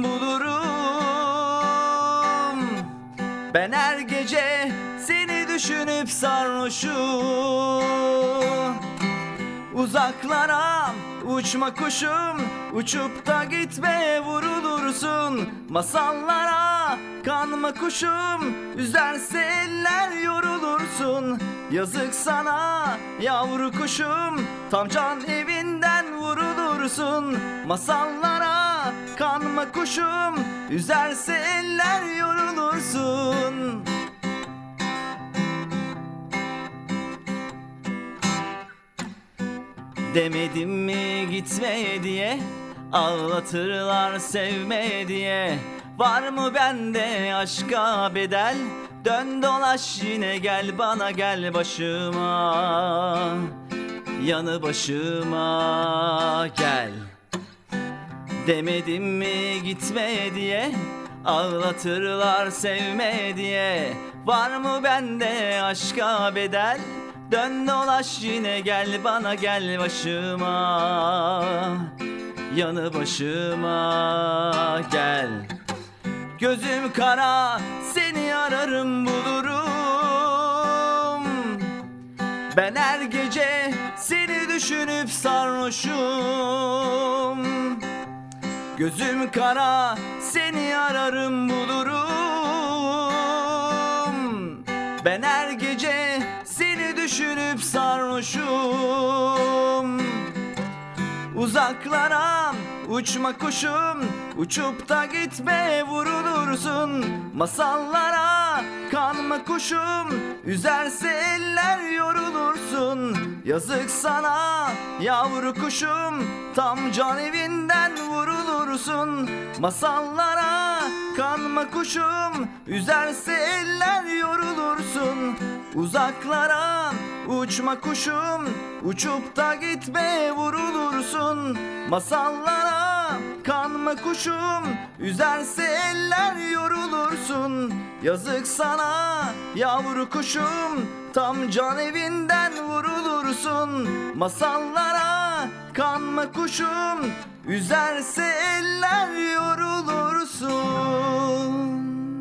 bulurum Ben her gece seni düşünüp sarhoşum Uzaklara uçma kuşum Uçup da gitme vurulursun Masallara kanma kuşum Üzerse eller yorulursun Yazık sana yavru kuşum Tam can evinden vurulursun Masallara kanma kuşum Üzerse eller yorulursun Demedim mi gitme diye Ağlatırlar sevme diye Var mı bende aşka bedel Dön dolaş yine gel bana gel başıma Yanı başıma gel Demedim mi gitme diye Ağlatırlar sevme diye Var mı bende aşka bedel Dön dolaş yine gel bana gel başıma Yanı başıma gel Gözüm kara seni ararım bulurum Ben her gece seni düşünüp sarhoşum Gözüm kara seni ararım bulurum Ben her gece seni düşünüp sarhoşum Uzaklara uçma kuşum, uçup da gitme vurulursun. Masallara kanma kuşum, üzerse eller yorulursun. Yazık sana yavru kuşum, tam can evinden vurulursun. Masallara kanma kuşum, üzerse eller yorulursun. Uzaklara uçma kuşum, uçup da gitme vurulursun. Masallara kanma kuşum, üzerse eller yorulursun. Yazık sana yavru kuşum, tam can evinden vurulursun. Masallara kanma kuşum, üzerse eller yorulursun.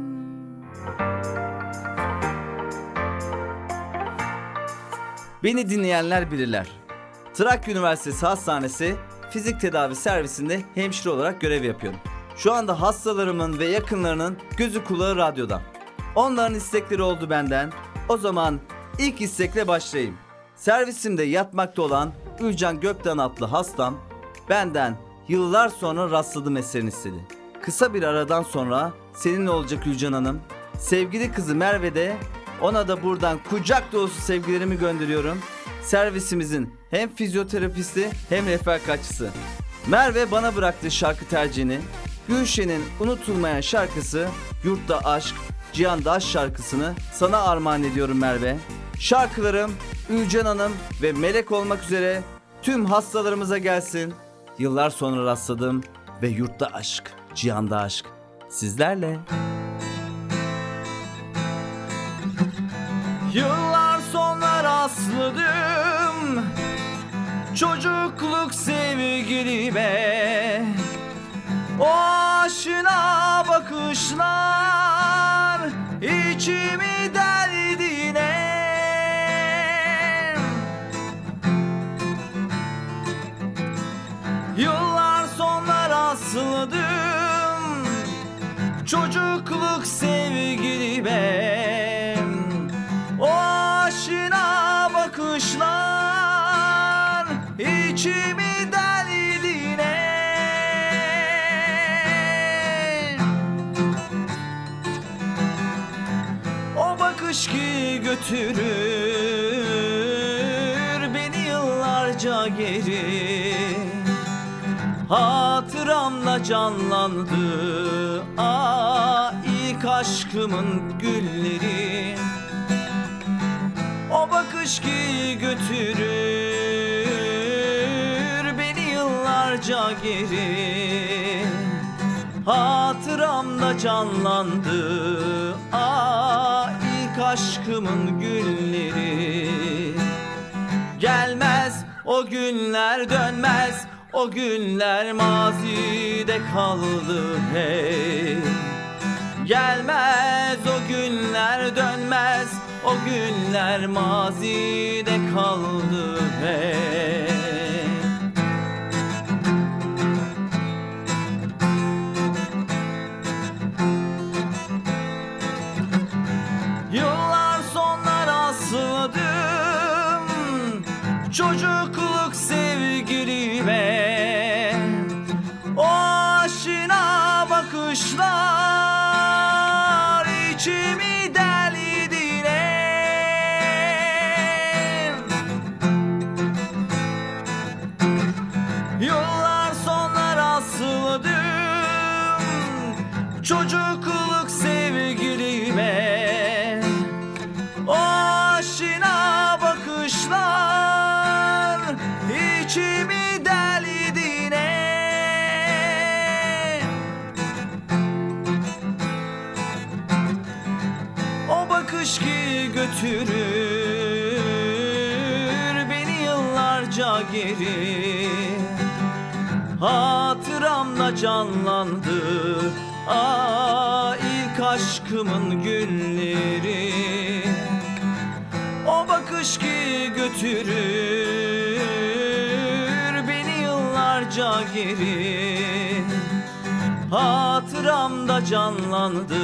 Beni dinleyenler bilirler. Trakya Üniversitesi Hastanesi fizik tedavi servisinde hemşire olarak görev yapıyorum. Şu anda hastalarımın ve yakınlarının gözü kulağı radyoda. Onların istekleri oldu benden. O zaman ilk istekle başlayayım. Servisimde yatmakta olan Ülcan Gökten adlı hastam benden yıllar sonra rastladığım eserini istedi. Kısa bir aradan sonra seninle olacak Ülcan Hanım. Sevgili kızı Merve de, ona da buradan kucak dolusu sevgilerimi gönderiyorum. Servisimizin hem fizyoterapisti hem refakatçısı. Merve bana bıraktığı şarkı tercihini, Gülşen'in unutulmayan şarkısı Yurtta Aşk, Cihanda Aşk şarkısını sana armağan ediyorum Merve. Şarkılarım Ülcan Hanım ve Melek olmak üzere tüm hastalarımıza gelsin. Yıllar sonra rastladım ve Yurtta Aşk, Cihanda Aşk sizlerle. Yıllar sonra rastladım çocukluk sevgilime. O aşina bakışlar içimi derdine. Yıllar sonra rastladım çocukluk sevgilime. O aşina bakışlar içimi derdine. O bakış ki götürür beni yıllarca geri. Hatıramla canlandı aa ilk aşkımın gülleri. O bakış ki götürür beni yıllarca geri. Hatıramda canlandı aa ilk aşkımın gülleri. Gelmez o günler, dönmez o günler, mazide kaldı hey. Gelmez o günler, dönmez o günler, mazide kaldı hey. Yıllar sonra rastladım çocukluk sevgilime. O aşina bakışlar içimi derdine. Yıllar sonra rastladım çocukluk sevgilime. O aşina bakışlar içimi derdine. O bakış ki götürür beni yıllarca geri. Hatıramda canlandı aa ilk aşkımın günleri. O bakış ki götürür beni yıllarca geri. Hatıramda canlandı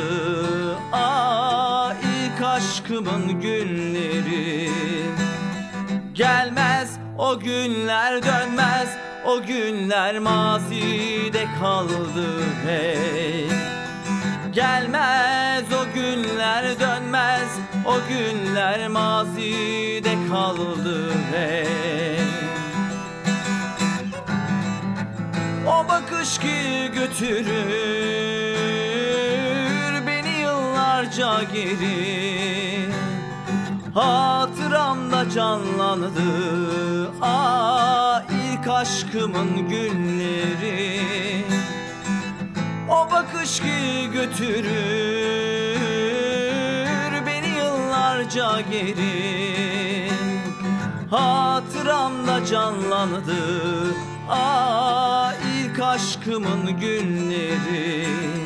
aa ilk aşkımın günleri. Gelmez o günler, dönmez o günler mazide kaldı hey. Gelmez o günler, dönmez o günler mazide kaldı hey. O bakış ki götürür beni yıllarca geri, hatıramda canlandı ah ilk aşkımın günleri. O bakış ki götürür beni yıllarca geri, hatıramda canlandı ah ilk aşkımın günleri.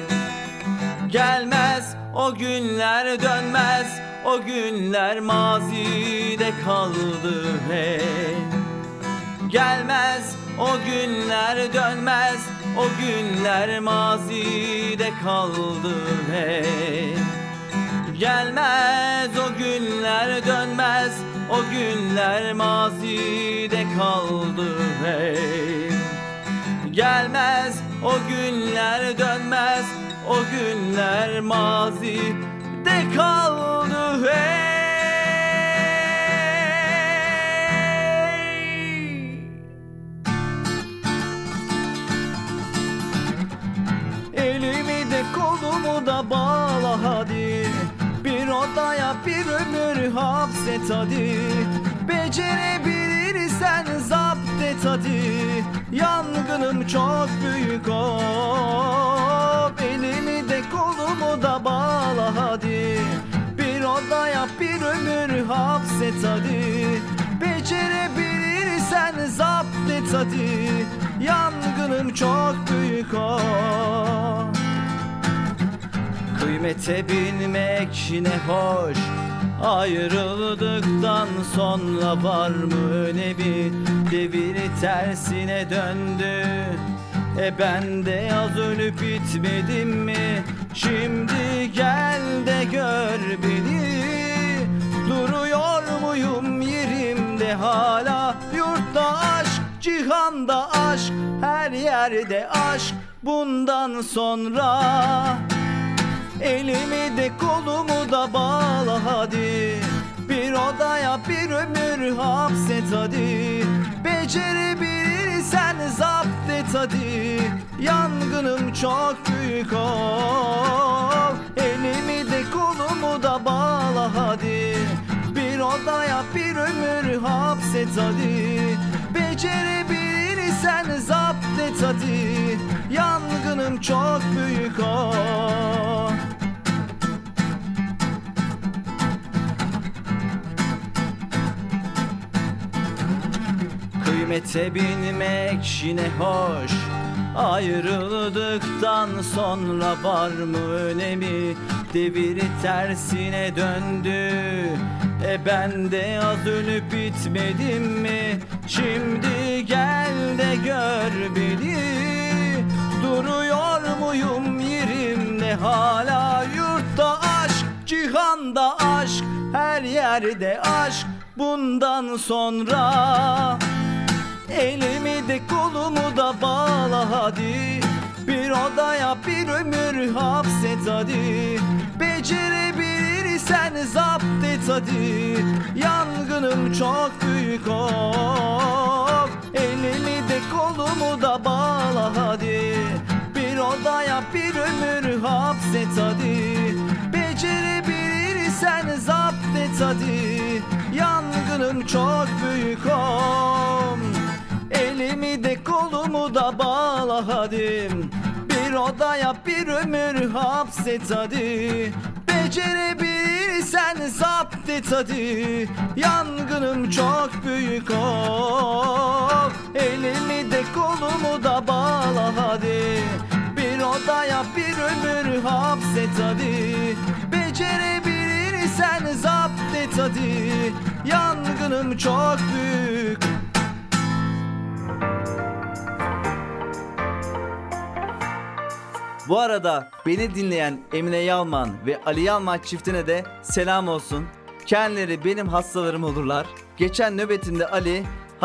Gelmez o günler, dönmez o günler mazide kaldı hey. Gelmez o günler, dönmez o günler mazide kaldı hey. Gelmez o günler, dönmez o günler mazide kaldı hey. Gelmez o günler, dönmez o günler mazide kaldı hey. Elimi de kolumu da bağla hadi, bir odaya bir ömür hapset hadi. Becerebilirsen zapt et hadi, yangınım çok büyük hop. Elimi de kolumu da bağla hadi, bir odaya bir ömür hapset hadi. Becerebilirsen zapt et hadi, yangınım çok büyük hop. Kıymete binmek ne hoş, ayrıldıktan sonra var mı önemi? Deviri tersine döndü, e ben de az ölüp bitmedim mi? Şimdi gel de gör beni, duruyor muyum yerimde hala? Yurtta aşk, cihanda aşk, her yerde aşk bundan sonra. Elimi de kolumu da bağla hadi, bir odaya bir ömür hapset hadi. Becerebilirsen zapt et hadi, yangınım çok büyük ol. Elimi de kolumu da bağla hadi, bir odaya bir ömür hapset hadi. Becerebilirsen zapt et hadi, yangınım çok büyük ol. Kıymete binmek yine hoş, ayrıldıktan sonra var mı önemi? Deviri tersine döndü, e ben de az ölüp bitmedim mi? Şimdi gel de gör beni, duruyor muyum yerimde hala? Yurtta aşk, cihanda aşk, her yerde aşk bundan sonra. Elimi de kolumu da bağla hadi, bir odaya bir ömür hapset hadi. Becerebilirsen zapt et hadi, yangınım çok büyük ol. Elimi de kolumu da bağla hadi, bir odaya bir ömür hapset hadi. Becerebilirsen zapt et hadi, yangınım çok büyük ol. Elimi de kolumu da bağla hadi, bir odaya bir ömür hapset hadi. Becerebilirsen zapt et hadi, yangınım çok büyük ol. Elimi de kolumu da bağla hadi, bir odaya bir ömür hapset hadi. Becerebilirsen zapt et hadi, yangınım çok büyük. Bu arada beni dinleyen Emine Yalman ve Ali Yalman çiftine de selam olsun. Kendileri benim hastalarım olurlar. Geçen nöbetimde Ali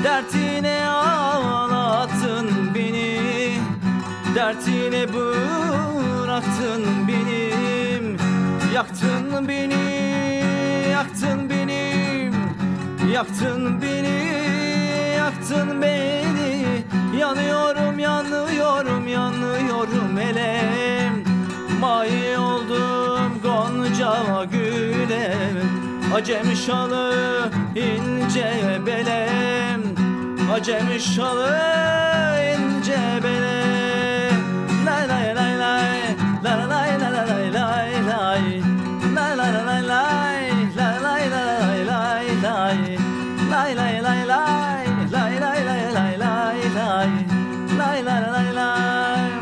Dertine ağlattın beni, dertine bıraktın benim. Yaktın beni, yaktın benim, yaktın beni, yaktın beni. Yanıyorum, yanıyorum, yanıyorum elem. Mahi oldum Gonca güle, acem şalı ince belem, acem şalı ince belem. Lay lay lay lay, lay lay lay lay lay lay, lay lay lay lay, lay lay lay lay lay, lay lay lay lay, lay lay lay lay lay lay, lay lay lay lay.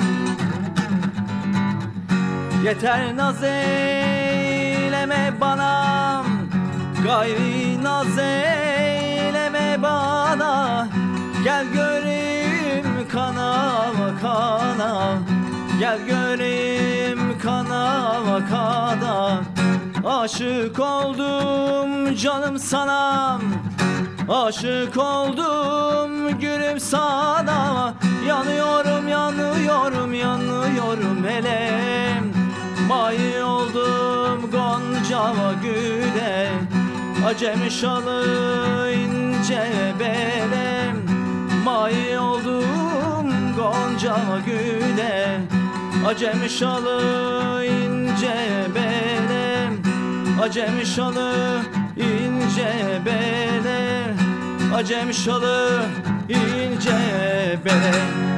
Yeter naz eyleme bana, gayri naz eyleme bana. Gel göreyim kanama kana, gel göreyim kanama kana. Aşık oldum canım sana, aşık oldum gülüm sana. Yanıyorum, yanıyorum, yanıyorum elem. Mahi oldum Gonca güle, acem şalı ince belem. Mahi oldum Gonca güle, acem şalı ince belem, acem şalı ince belem, acem şalı ince belem.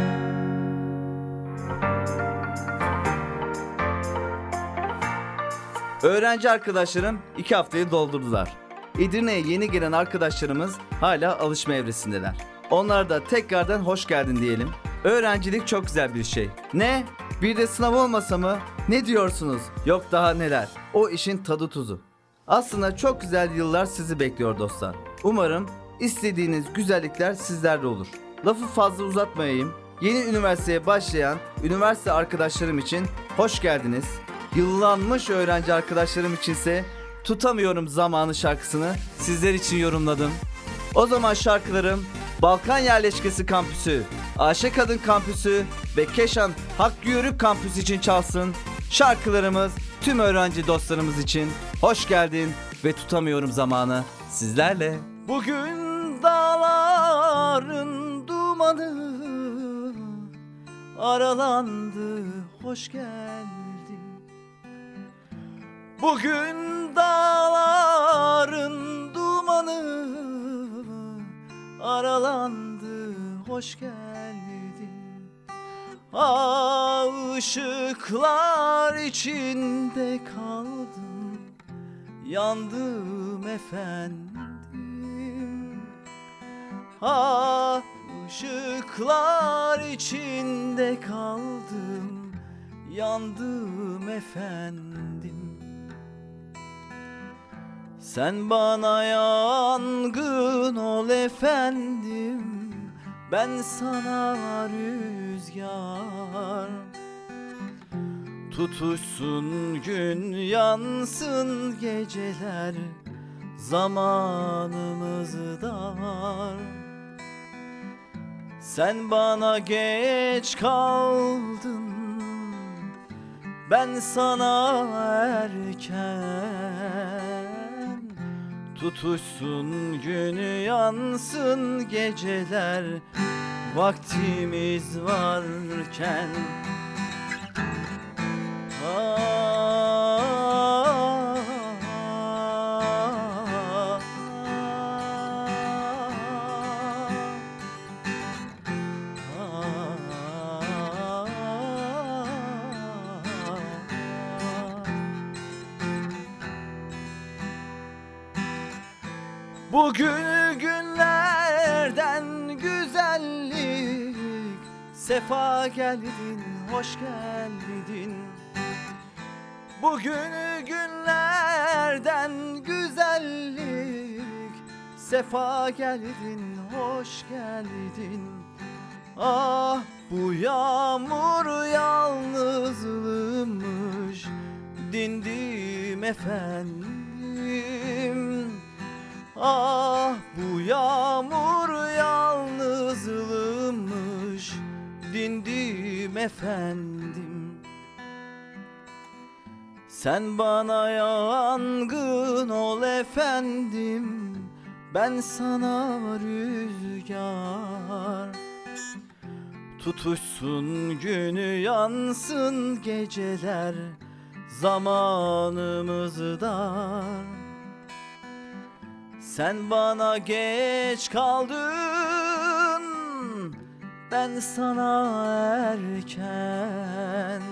Öğrenci arkadaşlarım iki haftayı doldurdular. Edirne'ye yeni gelen arkadaşlarımız hala alışma evresindeler. Onlara da tekrardan hoş geldin diyelim. Öğrencilik çok güzel bir şey. Ne? Bir de sınav olmasa mı? Ne diyorsunuz? Yok daha neler. O işin tadı tuzu. Aslında çok güzel yıllar sizi bekliyor dostlar. Umarım istediğiniz güzellikler sizlerde olur. Lafı fazla uzatmayayım. Yeni üniversiteye başlayan üniversite arkadaşlarım için hoş geldiniz. Yıllanmış öğrenci arkadaşlarım içinse Tutamıyorum Zamanı şarkısını sizler için yorumladım. O zaman şarkılarım Balkan Yerleşkesi Kampüsü, Ayşe Kadın Kampüsü ve Keşan Hakkı Yörük Kampüsü için çalsın. Şarkılarımız tüm öğrenci dostlarımız için hoş geldin ve Tutamıyorum Zamanı sizlerle. Bugün dağların dumanı aralandı, hoş geldin. Bugün dağların dumanı aralandı, hoş geldin. Ah, ışıklar içinde kaldım, yandım efendim. Ah, ışıklar içinde kaldım, yandım efendim. Sen bana yangın ol efendim, ben sana rüzgar. Tutuşsun gün, yansın geceler, zamanımız dar. Sen bana geç kaldın, ben sana erken. Tutuşsun gün, yansın geceler, vaktimiz varken. Ah, bugün günlerden güzellik, sefa geldin, hoş geldin. Bugün günlerden güzellik, sefa geldin, hoş geldin. Ah, bu yağmur yalnızlığımış, dindim efendim. Ah, bu yağmur yalnızlığımış, efendim. Sen bana yangın ol efendim, ben sana rüzgar. Tutuşsun günü yansın geceler, zamanımız dar. Sen bana geç kaldın, ben sana erken.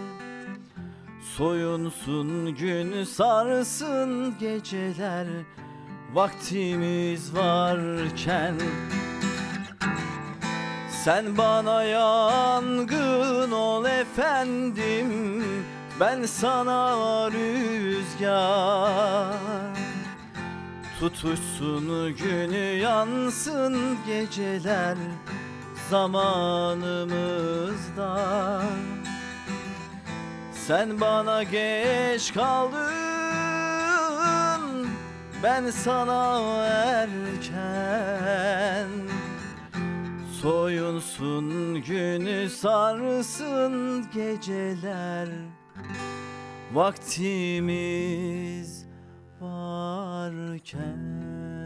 Soyunsun gün sarsın geceler, vaktimiz varken. Sen bana yangın ol efendim, ben sana rüzgar. Tutuşsun günü yansın geceler, zamanımız dar. Sen bana geç kaldın, ben sana erken. Soyunsun günü sarsın geceler, vaktimiz varken.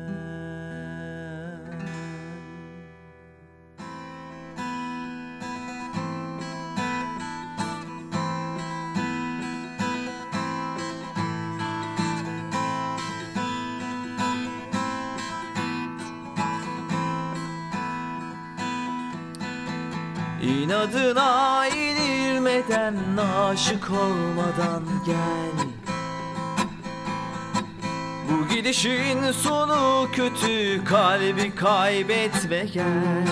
İnadına inilmeden, aşık olmadan gel. Bu gidişin sonu kötü, kalbi kaybetme gel.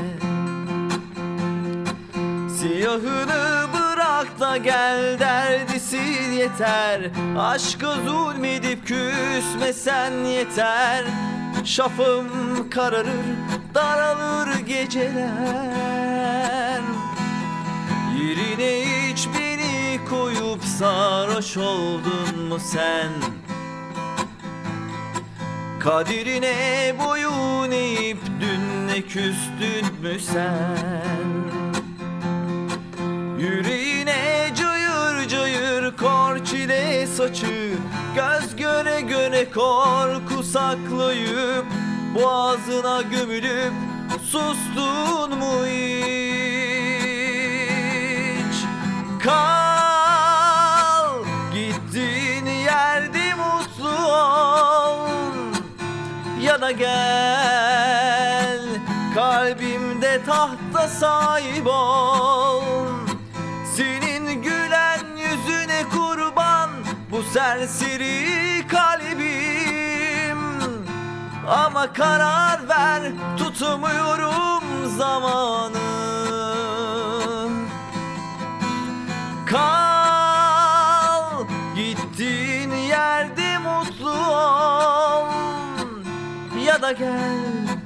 Siyahını bırak da gel, derdi sil yeter. Aşka zulmedip küsmesen yeter. Şafım kararır, daralır geceler. Yerine hiç beni koyup sarhoş oldun mu sen? Kadirine boyun eğip dünle küstün mü sen? Yüreğine cayır cayır kor çile saçı, göz göre göre korku saklayıp boğazına gömülüp sustun mu hiç? Kal, gittiğin yerde mutlu ol, ya da gel kalbimde tahta sahip ol. Senin gülen yüzüne kurban bu serseri kalbim. Ama karar ver, tutmuyorum zamanı. Kal, gittiğin yerde mutlu ol, ya da gel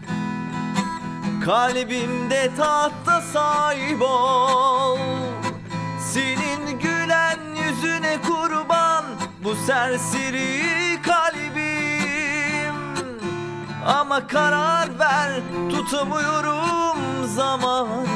kalbimde tahta sahip ol. Senin gülen yüzüne kurban bu serseri kalbim. Ama karar ver, tutamıyorum zamanı.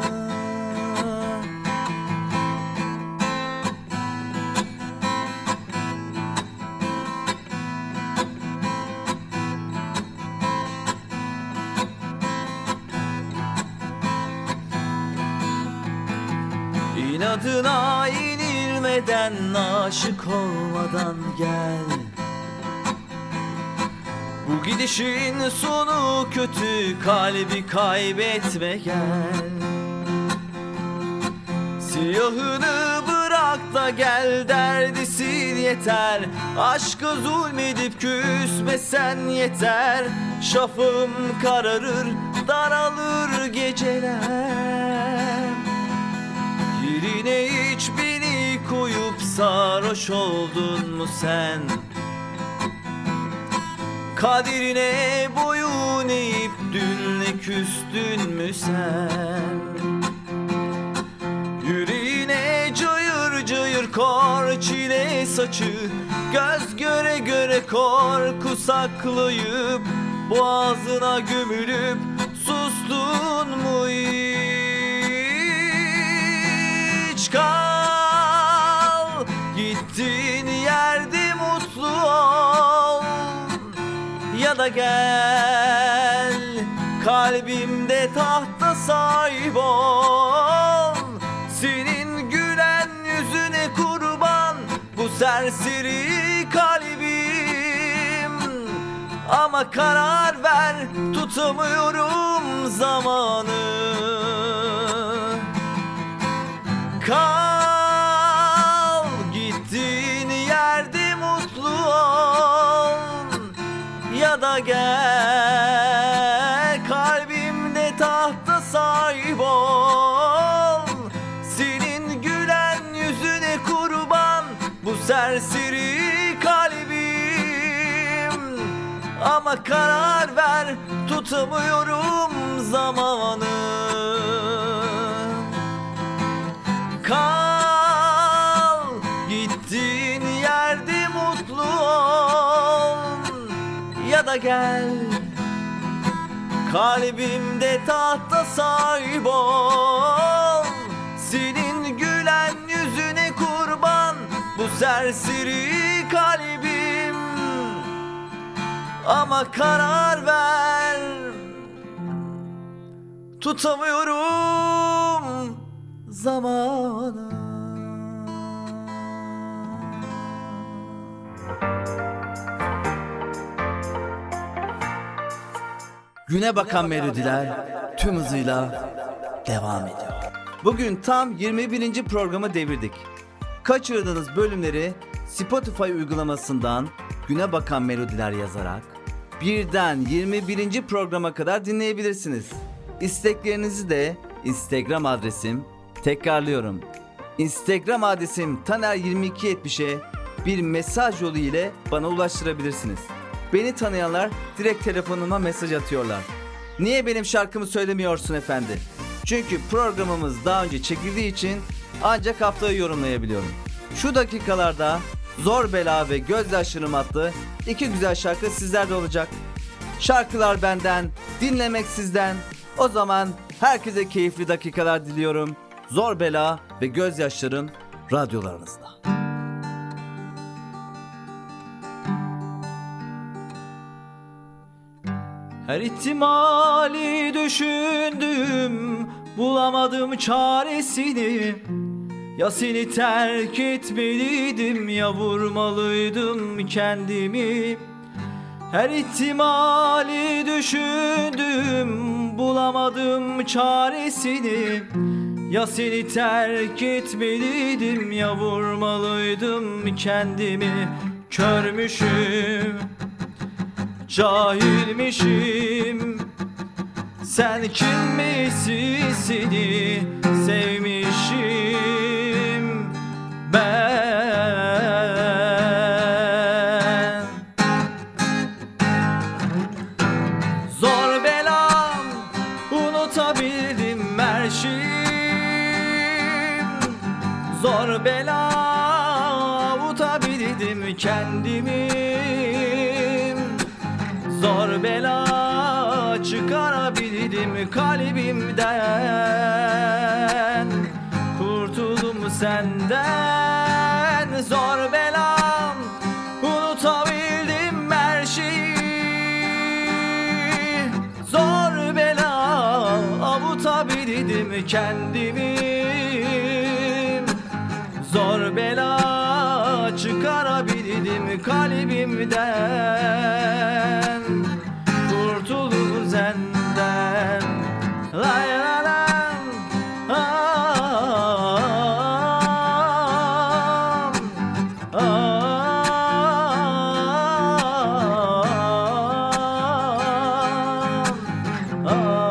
İnadına inilmeden, aşık olmadan gel. Bu gidişin sonu kötü, kalbi kaybetme gel. Siyahını bırak da gel, derdi sil yeter. Aşka zulmedip küsmesen yeter. Şafım kararır, daralır geceler. Yerine hiç beni koyup sarhoş oldun mu sen? Kadirine boyun eğip dünle küstün mü sen? Yüreğine cayır cayır kor çile saçı, göz göre göre korku saklayıp boğazına gömülüp sustun mu hiç? ya da gel kalbimde tahta sahip ol. Senin gülen yüzüne kurban bu serseri kalbim. Ama karar ver, tutamıyorum zamanı. Kal gittiğin yerde mutlu ol ya da gel kalbimde tahta sahip ol. Senin gülen yüzüne kurban bu serseri kalbim. Ama karar ver, tutamıyorum zamanı. Kal gittiğin yerde mutlu ol ya da gel kalbimde tahta sahip ol. Senin gülen yüzüne kurban bu serseri kalbim. Ama karar ver, tutamıyorum zamanı. Güne bakan melodiler tüm hızıyla devam ediyor. Bugün tam yirmi birinci programı devirdik. Kaçırdığınız bölümleri Spotify uygulamasından Güne Bakan Melodiler yazarak birden yirmi birinci programa kadar dinleyebilirsiniz. İsteklerinizi de Instagram adresim, tekrarlıyorum, Instagram adresim taner yirmi iki yetmişe bir mesaj yolu ile bana ulaştırabilirsiniz. Beni tanıyanlar direkt telefonuma mesaj atıyorlar. Niye benim şarkımı söylemiyorsun efendi? Çünkü programımız daha önce çekildiği için ancak haftayı yorumlayabiliyorum. Şu dakikalarda Zor Bela ve Gözyaşlarım adlı iki güzel şarkı sizlerde olacak. Şarkılar benden, dinlemek sizden. O zaman herkese keyifli dakikalar diliyorum. Zor Bela ve Gözyaşlarım radyolarınızda. Her ihtimali düşündüm, bulamadım çaresini. Ya seni terk etmeliydim ya vurmalıydım kendimi. Her ihtimali düşündüm, bulamadım çaresini. Ya seni terk etmeliydim ya vurmalıydım kendimi. Körmüşüm, cahilmişim, sen kimmişsin, seni sevmişim ben. Zor belam, unutabildim her şeyim. Zor bela, unutabildim kendimi. Zor bela, çıkarabilirim kalbimden. Kurtuldum senden. Zor belam, unutabildim her şeyi. Zor bela, avutabildim kendimi. Zor bela, çıkarabilirim kalbimden. Kurtuldum senden. Lay la la. Ah, ah, ah,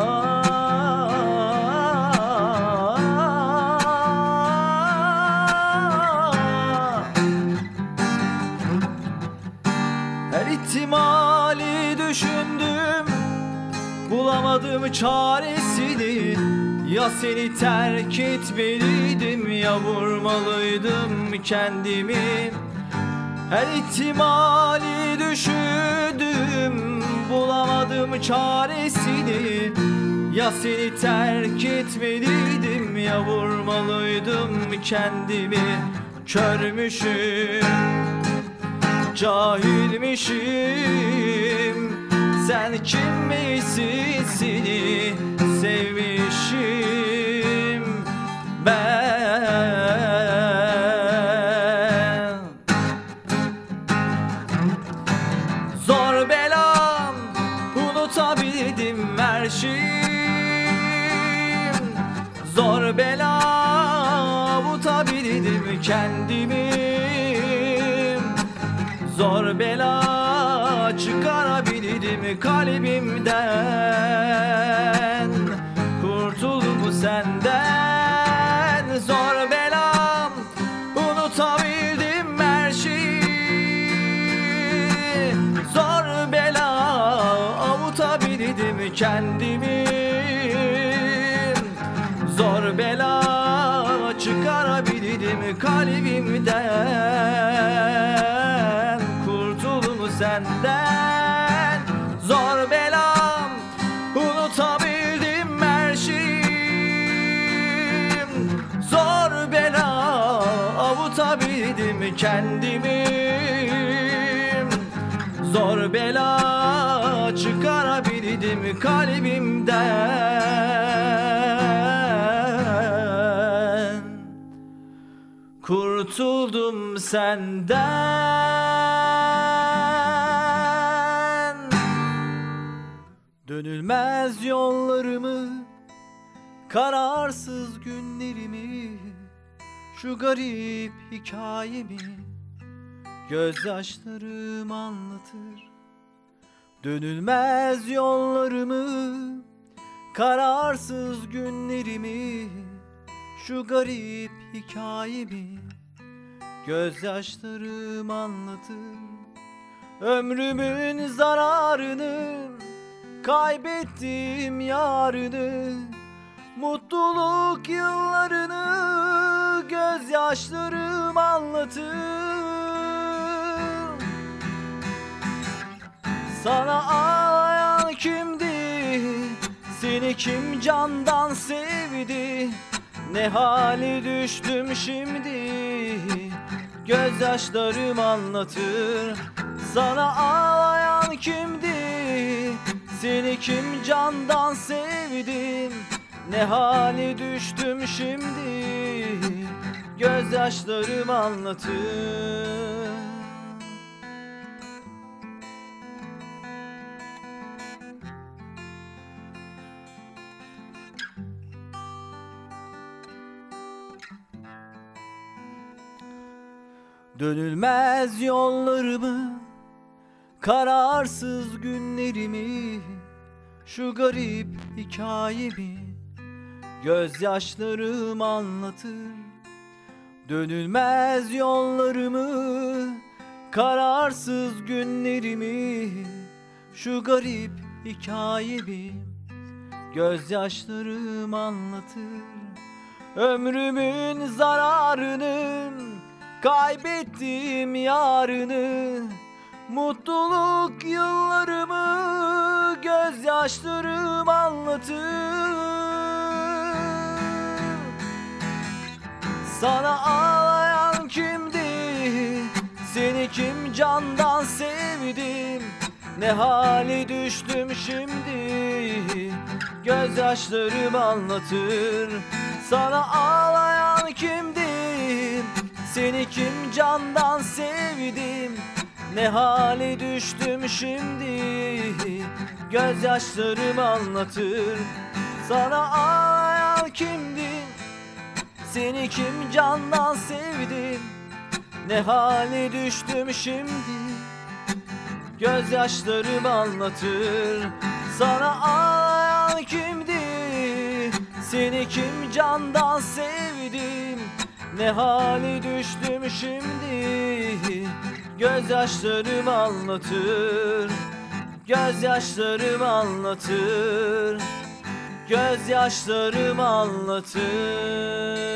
her ihtimali düşündüm, bulamadım çaresini. Ya seni terk etmeliydim ya vurmalıydım kendimi. Her ihtimali düşündüm, bulamadım çaresini. Ya seni terk etmeliydim ya vurmalıydım kendimi. Körmüşüm, cahilmişim, Sen kim misin, seni sevmişim ben. Zor belam unutabildim her şeyim. Zor bela unutabildim kendimi. Zor bela çıkarabildim kalbimden. Kurtuldum senden. Zor bela unutabildim her şeyi. Zor bela avutabildim kendimi. Zor bela çıkarabildim kalbimden. Kurtuldum senden. Zor belam unutabildim her şeyim. Zor bela avutabildim kendimi. Zor bela çıkarabildim kalbimden. Kurtuldum senden. Dönülmez yollarımı, kararsız günlerimi, şu garip hikayemi gözyaşlarım anlatır. Dönülmez yollarımı, kararsız günlerimi, şu garip hikayemi gözyaşlarım anlatır. Ömrümün zararını, kaybettim yarını, mutluluk yıllarını gözyaşlarım anlatır. Sana ağlayan kimdi? Seni kim candan sevdi? Ne hale düştüm şimdi? Gözyaşlarım anlatır. Sana ağlayan kimdi? Seni kim candan sevdi? Ne hale düştüm şimdi? Gözyaşlarım anlatır. Dönülmez yollarımı, kararsız günlerimi, şu garip hikayemi gözyaşlarım anlatır. Dönülmez yollarımı, kararsız günlerimi, şu garip hikayemi gözyaşlarım anlatır. Ömrümün zararını, kaybettim yarını, mutluluk yıllarımı gözyaşlarım anlatır. Sana ağlayan kimdi? Seni kim candan sevdim? Ne hale düştüm şimdi? Gözyaşlarım anlatır. Sana ağlayan kimdi? Seni kim candan sevdim? Ne hale düştüm şimdi? Gözyaşlarım anlatır. Sana ağlayan kimdi? Seni kim candan sevdim? Ne hale düştüm şimdi? Gözyaşlarım anlatır. Sana ağlayan kimdi? Seni kim candan sevdim? Ne hale düştüm şimdi? Gözyaşlarım anlatır. Gözyaşlarım anlatır. Gözyaşlarım anlatır.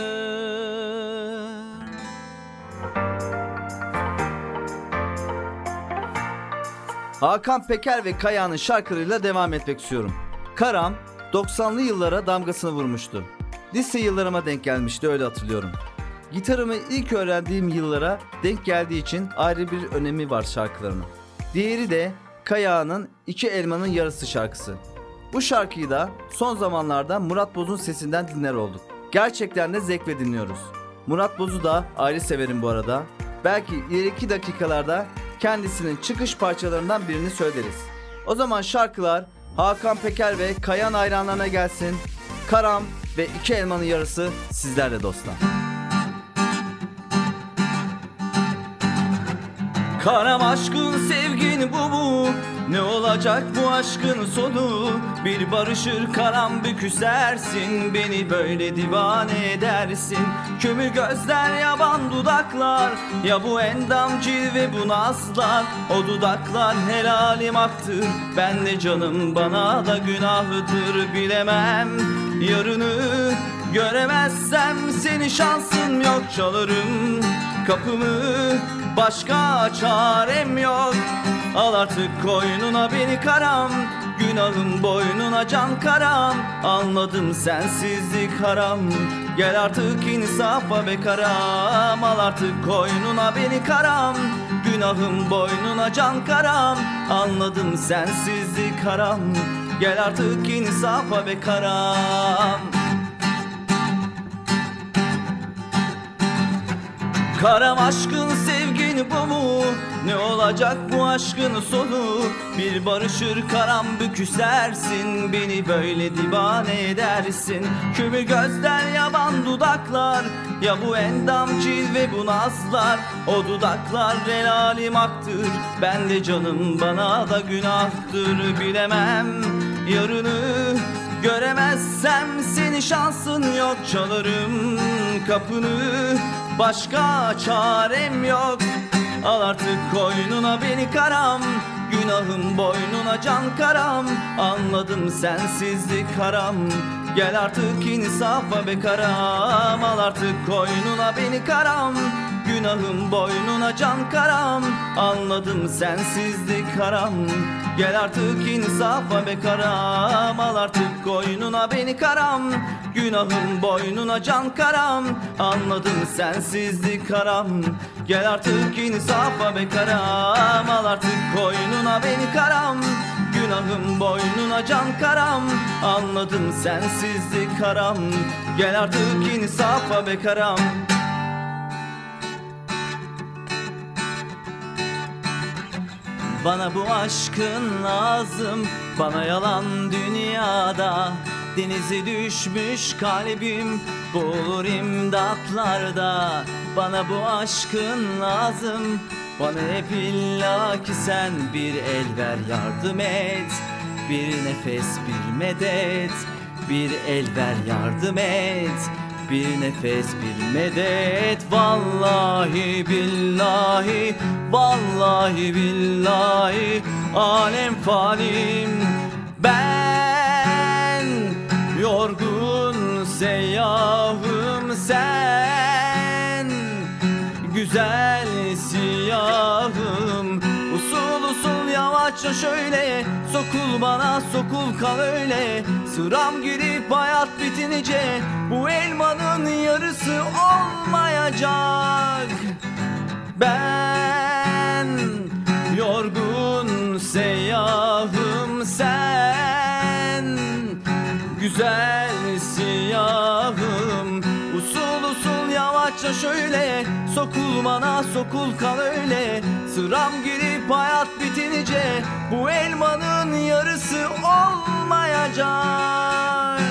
Hakan Peker ve Kaya'nın şarkılarıyla devam etmek istiyorum. Karam doksanlı yıllara damgasını vurmuştu. Lise yıllarıma denk gelmişti, öyle hatırlıyorum. Gitarımı ilk öğrendiğim yıllara denk geldiği için ayrı bir önemi var şarkılarının. Diğeri de Kayağan'ın İki Elmanın Yarısı şarkısı. Bu şarkıyı da son zamanlarda Murat Boz'un sesinden dinler olduk. Gerçekten de zevkle dinliyoruz. Murat Boz'u da ayrı severim bu arada. Belki ileriki dakikalarda kendisinin çıkış parçalarından birini söyleriz. O zaman şarkılar Hakan Peker ve Kayağan hayranlarına gelsin. Karam ve İki Elmanın Yarısı sizlerle dostlar. Karam aşkın sevgin bu mu? Ne olacak bu aşkın sonu? Bir barışır karam bir küsersin, beni böyle divane edersin. Kömür gözler, yaban dudaklar, ya bu endam cilve bu nazlar. O dudaklar helalim aktır, ben de canım bana da günahıdır. Bilemem yarını, göremezsem seni şansın yok. Çalarım kapımı, başka çarem yok. Al artık koynuna beni karam, günahım boynuna can karam. Anladım sensizlik haram, gel artık insafa be karam. Al artık koynuna beni karam, günahım boynuna can karam. Anladım sensizlik haram, gel artık insafa be karam. Karam aşkın sevgin bu mu? Ne olacak bu aşkın sonu? Bir barışır karam bir küsersin, beni böyle divane edersin. Kömür gözler, yaban dudaklar, ya bu endam cilve bu nazlar. O dudaklar helalim aktır, ben de canım bana da günahtır. Bilemem yarını, göremezsem seni şansın yok. Çalarım kapını, başka çarem yok. Al artık koynuna beni karam, günahım boynuna can karam. Anladım sensizlik haram, gel artık insafa be karam. Al artık koynuna beni karam, günahım boynuna can karam. Anladım sensizlik haram, gel artık insafa be karam. Al artık koynuna beni karam, günahım boynuna can karam. Anladım sensizlik haram, gel artık insafa be karam. Al artık koynuna beni karam, günahım boynuna can karam. Anladım sensizlik haram, gel artık insafa be karam. Bana bu aşkın lazım, bana yalan dünyada. Denize düşmüş kalbim, boğulur imdatlarda. Bana bu aşkın lazım, bana hep illa ki sen bir el ver yardım et. Bir nefes bir medet, bir el ver yardım et. Bir nefes bir medet. Vallahi billahi, vallahi billahi alem falim ben. Yorgun seyyahım sen, güzel siyahım. Usul usul yavaşça şöyle sokul bana, sokul kal öyle. Sıram girip hayat bitince bu elmanın yarısı olmayacak. Ben yorgun seyyahım sen, güzel siyahım. Usul usul yavaşça şöyle sokul bana, sokul kal öyle. Sıram girip hayat bitince bu elmanın yarısı olmayacak.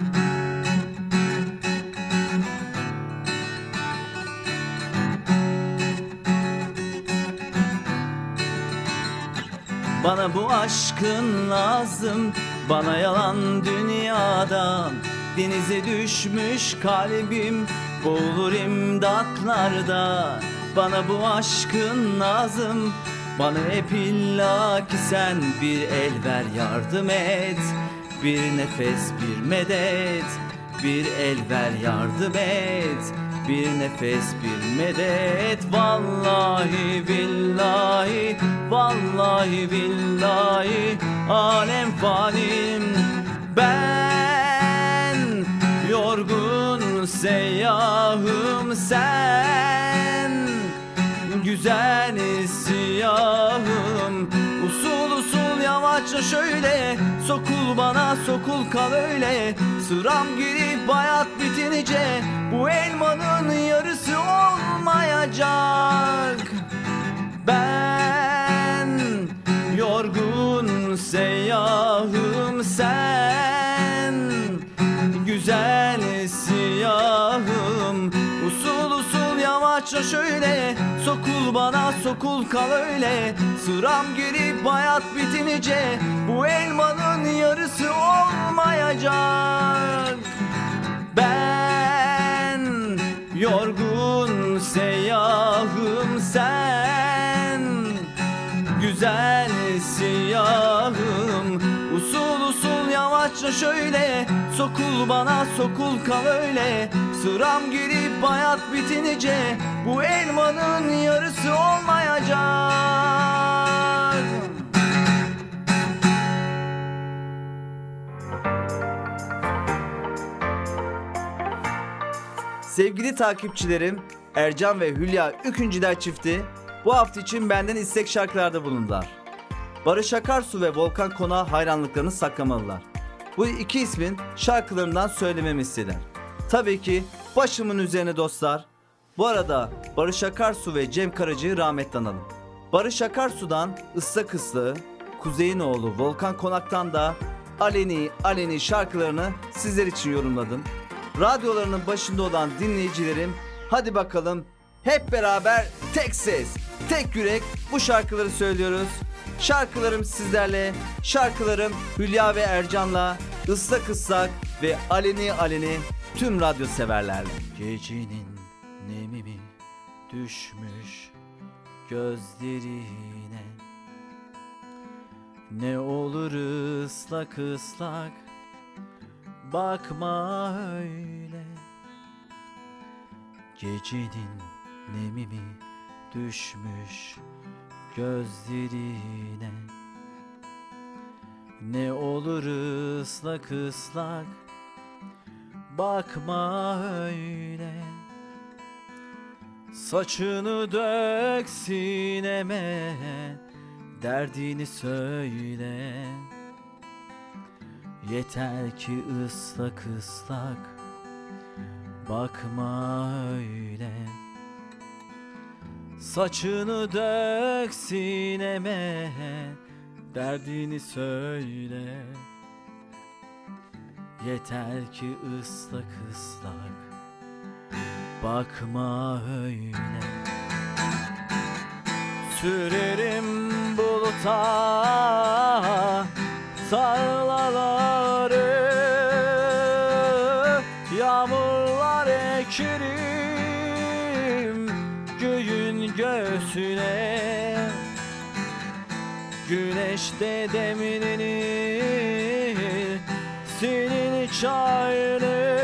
Bana bu aşkın lazım, bana yalan dünyadan. Denize düşmüş kalbim, boğulur imdatlarda. Bana bu aşkın lazım, bana hep illa ki sen bir el ver yardım et. Bir nefes bir medet, bir el ver yardım et. Bir nefes bir medet. Vallahi billahi, vallahi billahi alem falim ben. Yorgun seyyahım sen, güzel siyahım. Usul usul yavaşça şöyle. Sokul bana sokul kal öyle. Sıram girip hayat bitince bu elmanın yarısı olmayacak. Ben yorgun seyyahım, sen güzel siyahım. Usul usul yavaşça şöyle. Sokul bana sokul kal öyle. Sıram girip hayat bitince bu elmanın yarısı olmayacak. Ben yorgun seyyahım, sen güzel siyahım. Usul usul yavaşça şöyle. Sokul bana sokul kal öyle. Sıram girip hayat bitince bu elmanın yarısı olmayacak. Sevgili takipçilerim, Ercan ve Hülya Üküncüler çifti bu hafta için benden istek şarkılarda bulundular. Barış Akarsu ve Volkan Konak'a hayranlıklarını saklamalılar. Bu iki ismin şarkılarından söylememi istediler. Tabii ki başımın üzerine dostlar. Bu arada Barış Akarsu ve Cem Karaca'yı rahmetle analım. Barış Akarsu'dan Islak Islığı, Kuzey'in oğlu Volkan Konak'tan da Aleni Aleni şarkılarını sizler için yorumladım. Radyolarının başında olan dinleyicilerim, hadi bakalım hep beraber tek ses, tek yürek bu şarkıları söylüyoruz. Şarkılarım sizlerle, şarkılarım Hülya ve Ercan'la, ıslak ıslak ve aleni aleni tüm radyo severlerle. Gecenin nemi mi düşmüş gözlerine, ne olur ıslak ıslak bakma öyle. Gecenin nemi mi düşmüş gözlerine, ne olur ıslak ıslak bakma öyle. Saçını dök sineme, derdini söyle. Yeter ki ıslak ıslak bakma öyle. Saçını dök sineme, derdini söyle. Yeter ki ıslak ıslak bakma öyle. Sürerim buluta tarlaları, yağmurlar ekerim göğün göğsüne. Güneşte demlenir senin çayını,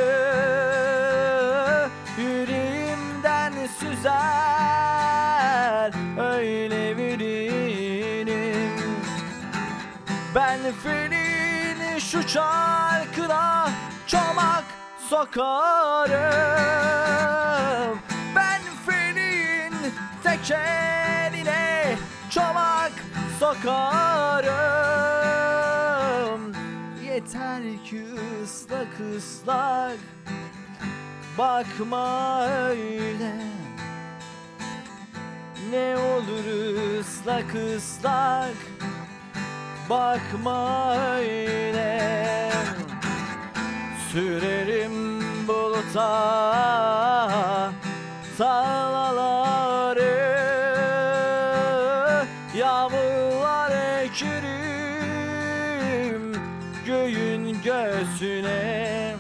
yüreğimden süzer öyle veririm. Ben senin şu çarkına çomak sokarım. Ben senin tek eline çomak sokarım. Yeter ki ıslak ıslak bakma öyle. Ne olur ıslak ıslak bakma öyle. Sürerim buluta tarlaları, yağmurlar ekerim göğün göğsüne.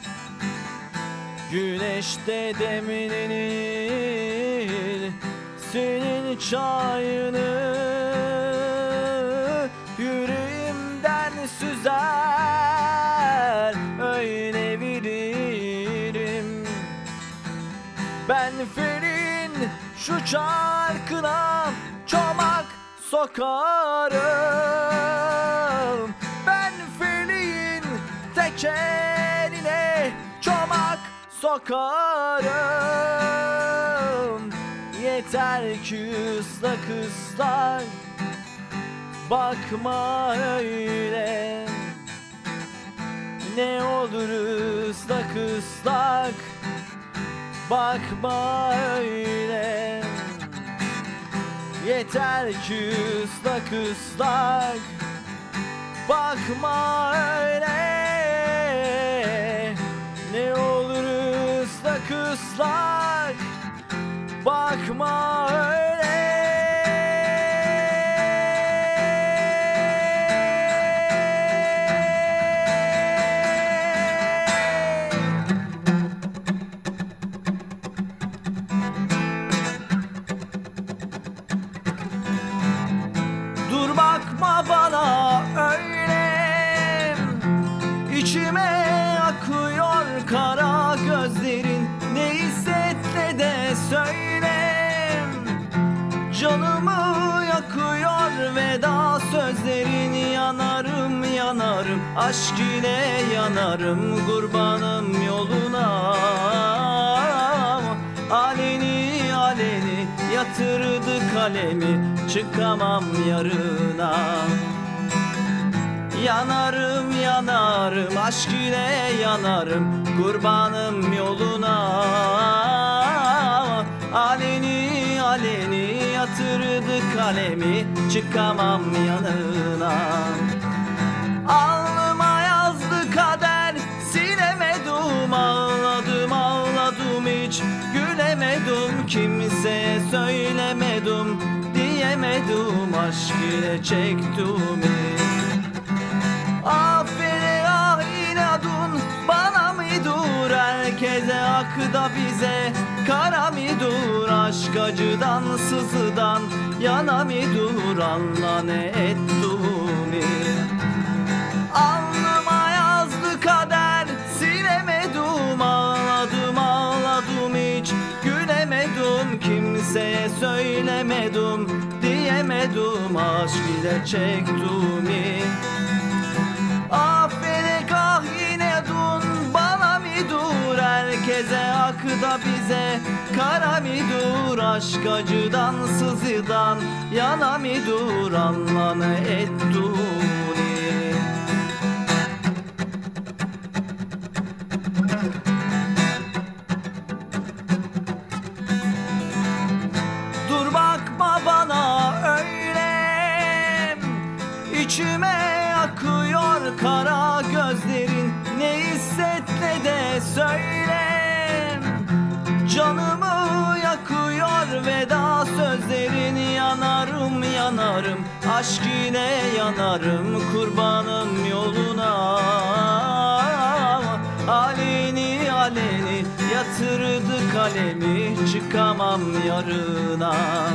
Güneşte demlenir senin çayını, yüreğimden süzer öyle veririm. Ben senin şu çarkına çomak sokarım. Ben senin tek eline çomak sokarım. Yeter ki ıslak ıslak bakma öyle. Ne olur ıslak ıslak, bakma öyle. Yeter ki ıslak ıslak, bakma öyle. Ne olur ıslak ıslak, bakma öyle. Dur bakma bana öyle, içime akıyor kara gözlerin. Ne hisset ne de söyle, canımı yakıyor veda sözlerin. Yanarım yanarım, aşk ile yanarım, kurbanım yoluna. Aleni aleni yatırdı kalemi, çıkamam yarına. Yanarım yanarım, aşk ile yanarım, kurbanım yoluna. Aleni aleni yatırdı kalemi, çıkamam yanına. Alnıma yazdı kader, silemedim, ağladım ağladım, hiç gülemedim. Kimseye söylemedim, diyemedim, aşk ile çektim. Aferin ah inadun, bana mı dur, herkese hak da bize kara mı dur. Aşk acıdan sızıdan yana mı dur, anla ne ettim. Alnıma yazdı kader, silemedim, ağladım ağladım, hiç gülemedim. Kimseye söylemedim, diyemedim, aşk ile çektim. Aferin ah yine dun, bana mı dur, herkese hak da bize kara mı dur. Aşk acıdan sızıdan yana mı dur, anla ne ettin. Dur bakma bana öyle, içime akıyor kara gözlerin. Ne hisset ne de söyle, canımı yakıyor veda sözlerin. Yanarım yanarım, aşk ile yanarım, kurbanım yoluna. Aleni aleni yatırdı kalemi, çıkamam yarına.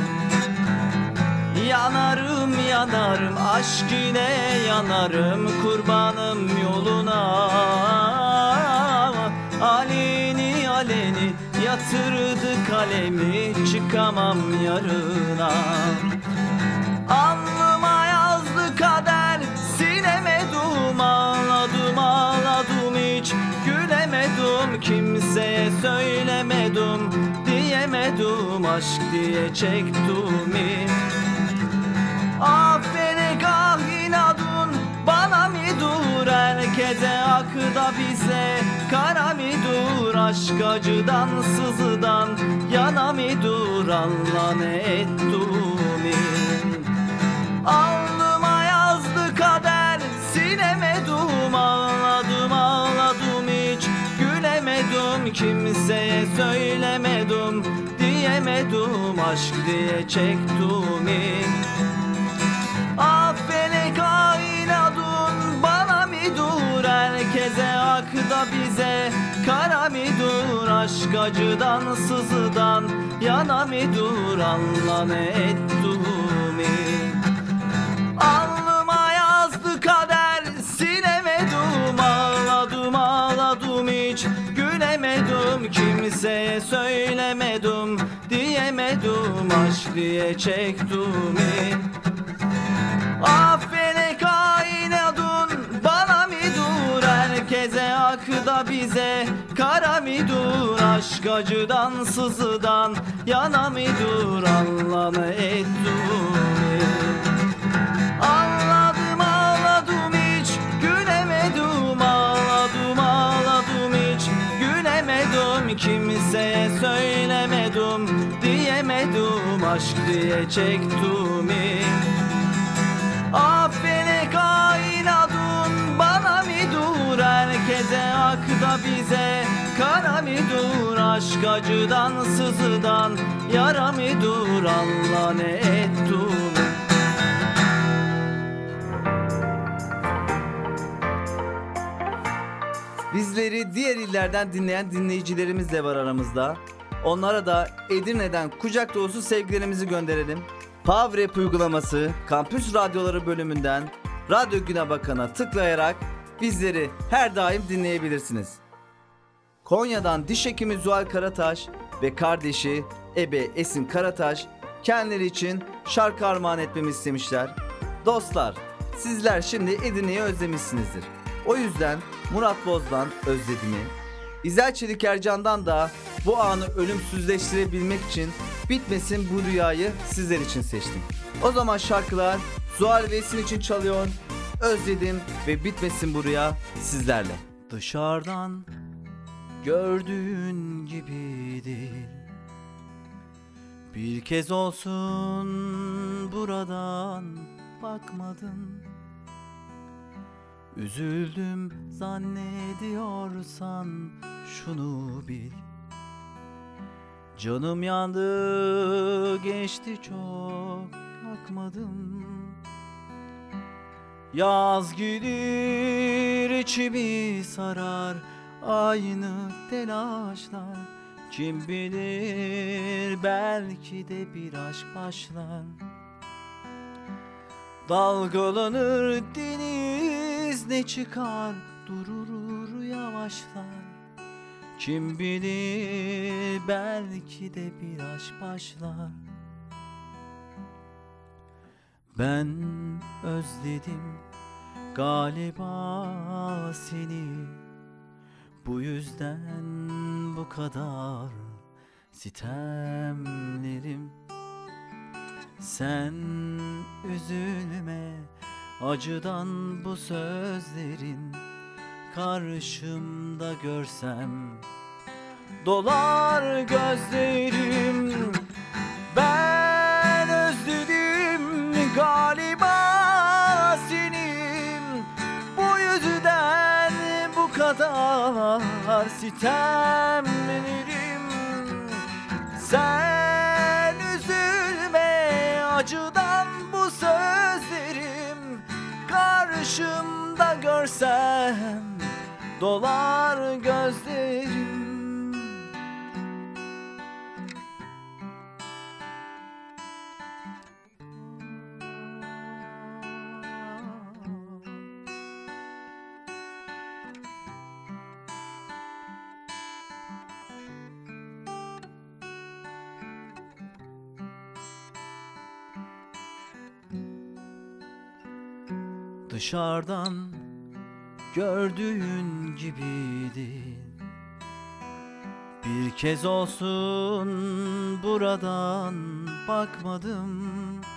Yanarım yanarım, aşk ile yanarım, kurbanım yoluna. Aleni aleni yatırdı kalemi, çıkamam yarına. Alnıma yazdı kader, silemedim, ağladım ağladım, hiç gülemedim. Kimseye söylemedim, diyemedim, aşk diye çektim. Aferin ah inadun, bana mı dur, herkese hak da bize kara mı dur. Aşk acıdan sızıdan yana mı dur, anla ne ettin. Alnıma yazdı kader, silemedim, ağladım ağladım, hiç gülemedim. Kimseye söylemedim, diyemedim, aşk diye çektim. Aferin ah inadun, bana mı dur, herkese hak da bize kara mı dur. Aşk acıdan sızıdan yana mı dur, anla ne ettin. Alnıma yazdı kader, silemedim, ağladım ağladım, hiç gülemedim. Kimseye söylemedim, diyemedim, aşk diye çektim. Aferin kainatun, bana mı dur, herkese hak da bize kara mı dur. Aşk acıdan sızıdan yana mı dur, anla ne ettin. Ağladım ağladım hiç gülemedim, ağladım ağladım hiç gülemedim, kimseye söylemedim, diyemedim aşk diye çektiğimi. Affele kainatın bana mı dur, herkese hak da bize kara mı dur, aşk acıdan sızıdan yara mı dur, Allah ne ettim. Bizleri diğer illerden dinleyen dinleyicilerimiz de var aramızda. Onlara da Edirne'den kucak dolusu sevgilerimizi gönderelim. Power Rap uygulaması Kampüs Radyoları bölümünden Radyo Güne Bakan'a tıklayarak bizleri her daim dinleyebilirsiniz. Konya'dan diş hekimi Zuhal Karataş ve kardeşi Ebe Esin Karataş kendileri için şarkı armağan etmemi istemişler. Dostlar, sizler şimdi Edirne'yi özlemişsinizdir. O yüzden Murat Boz'dan Özledim'i, İzel Çelik Ercan'dan da bu anı ölümsüzleştirebilmek için Bitmesin Bu Rüyayı sizler için seçtim. O zaman şarkılar Zuhal ve Esin için çalıyor. Özledim ve Bitmesin Bu Rüya sizlerle. Dışarıdan gördüğün gibi değil, bir kez olsun buradan bakmadın. Üzüldüm zannediyorsan şunu bil, canım yandı geçti çok yakmadım. Yaz gelir içimi sarar aynı telaşlar, kim bilir belki de bir aşk başlar. Dalgalanır deniz ne çıkar, durur yavaşlar, kim bilir belki de bir aşk başlar. Ben özledim galiba seni, bu yüzden bu kadar sitemlerim. Sen üzülme, acıdan bu sözlerin karşımda görsem dolar gözlerim. Ben özledim galiba seni, bu yüzden bu kadar sitemlerim. Sen üzülme, acıdan bu sözlerim karşımda görsem dolar gözlerim. Dışarıdan gördüğün gibi değil, bir kez olsun buradan bakmadım.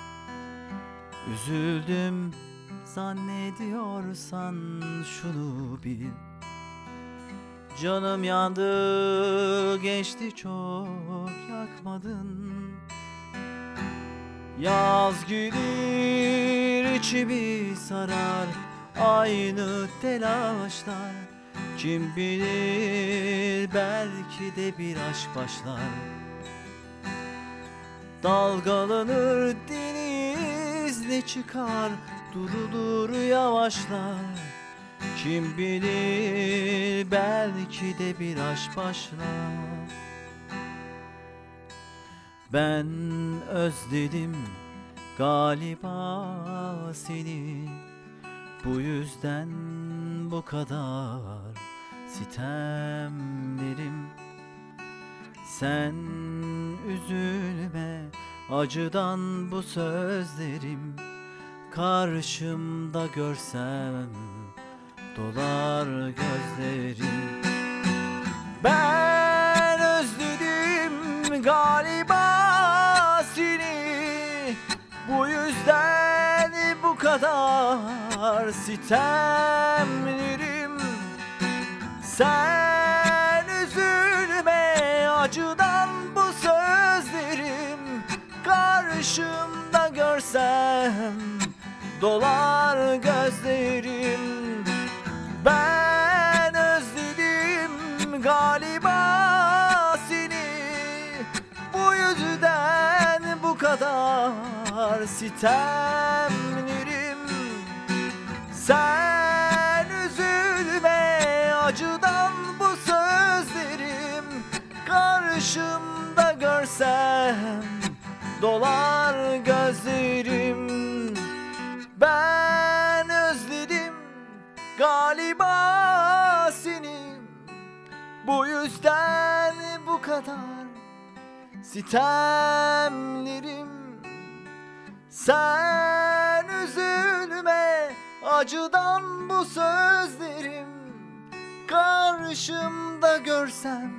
Üzüldüm zannediyorsan şunu bil, canım yandı geçti çok yakmadın. Yaz gelir içimi sarar aynı telaşlar, kim bilir belki de bir aşk başlar. Dalgalanır deniz ne çıkar, durulur yavaşlar, kim bilir belki de bir aşk başlar. Ben özledim galiba seni, bu yüzden bu kadar sitemlerim. Sen üzülme, acıdan bu sözlerim karşımda görsem dolar gözlerim. Ben özledim galiba seni, bu yüzden bu kadar kadar sitemlerim. Sen üzülme acıdan bu sözlerim. Karşımda görsem dolar gözlerim. Ben özledim galiba seni. Bu yüzden bu kadar sitemlerim. Sen üzülme acıdan bu sözlerim. Karşımda görsem dolar gözlerim. Ben özledim galiba seni. Bu yüzden bu kadar sitemlerim. Sen üzülme acıdan bu sözlerim. Karşımda görsem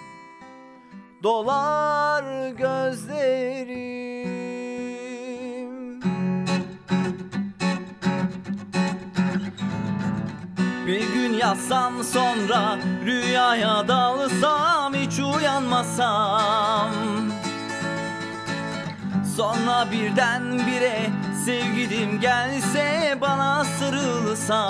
dolar gözlerim. Bir gün yatsam sonra rüyaya dalsam hiç uyanmasam. Sonra birdenbire sevgilim gelse bana sarılsa.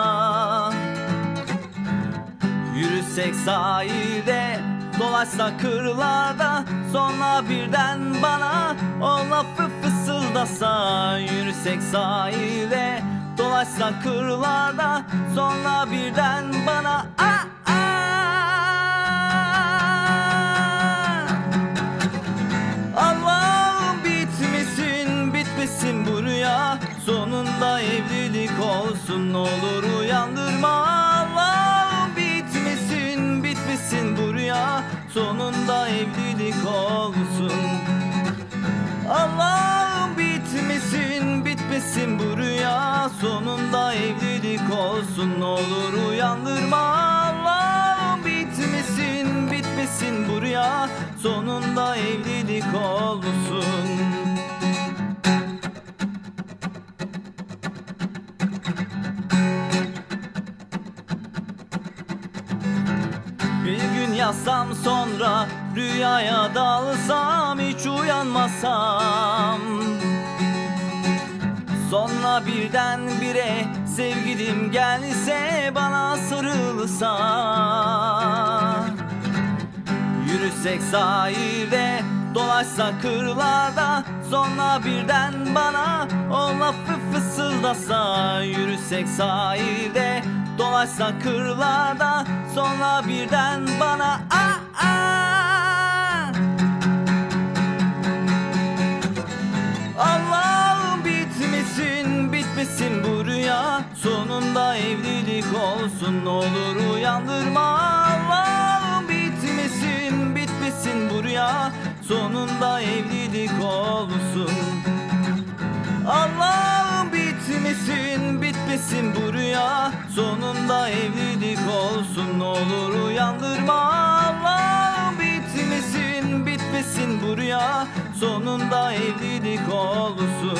Yürüsek sahilde dolaşsak kırlarda. Sonra birden bana o lafı fısıldasa. Yürüsek sahilde dolaşsak kırlarda. Sonra birden bana ah ah. Allah'ım bitmesin bitmesin bu rüya. Sonunda evlilik olsun ne olur uyandırma. Allah'ım bitmesin bitmesin bu rüya. Sonunda evlilik olsun. Allah'ım bitmesin bitmesin bu rüya. Sonunda evlilik olsun ne olur uyandırma. Allah'ım bitmesin bitmesin bu rüya. Sonunda evlilik olsun. Bir gün yatsam sonra rüyaya dalsam hiç uyanmasam. Sonra birdenbire sevgilim gelse bana sarılsa. Yürüsek sahilde dolaşsak kırlarda. Sonra birden bana o lafı fısıldasa. Yürüsek sahilde dolaşsak kırlarda. Sonra birden bana ah ah. Allah'ım bitmesin bitmesin bu rüya. Sonunda evlilik olsun ne olur uyandırma. Allah'ım bitmesin bitmesin bu rüya. Sonunda evlilik olsun. Allah'ım bitmesin bitmesin bu rüya. Sonunda evlilik olsun ne olur uyandırma. Allah'ım bitmesin bitmesin bu rüya. Sonunda evlilik olsun.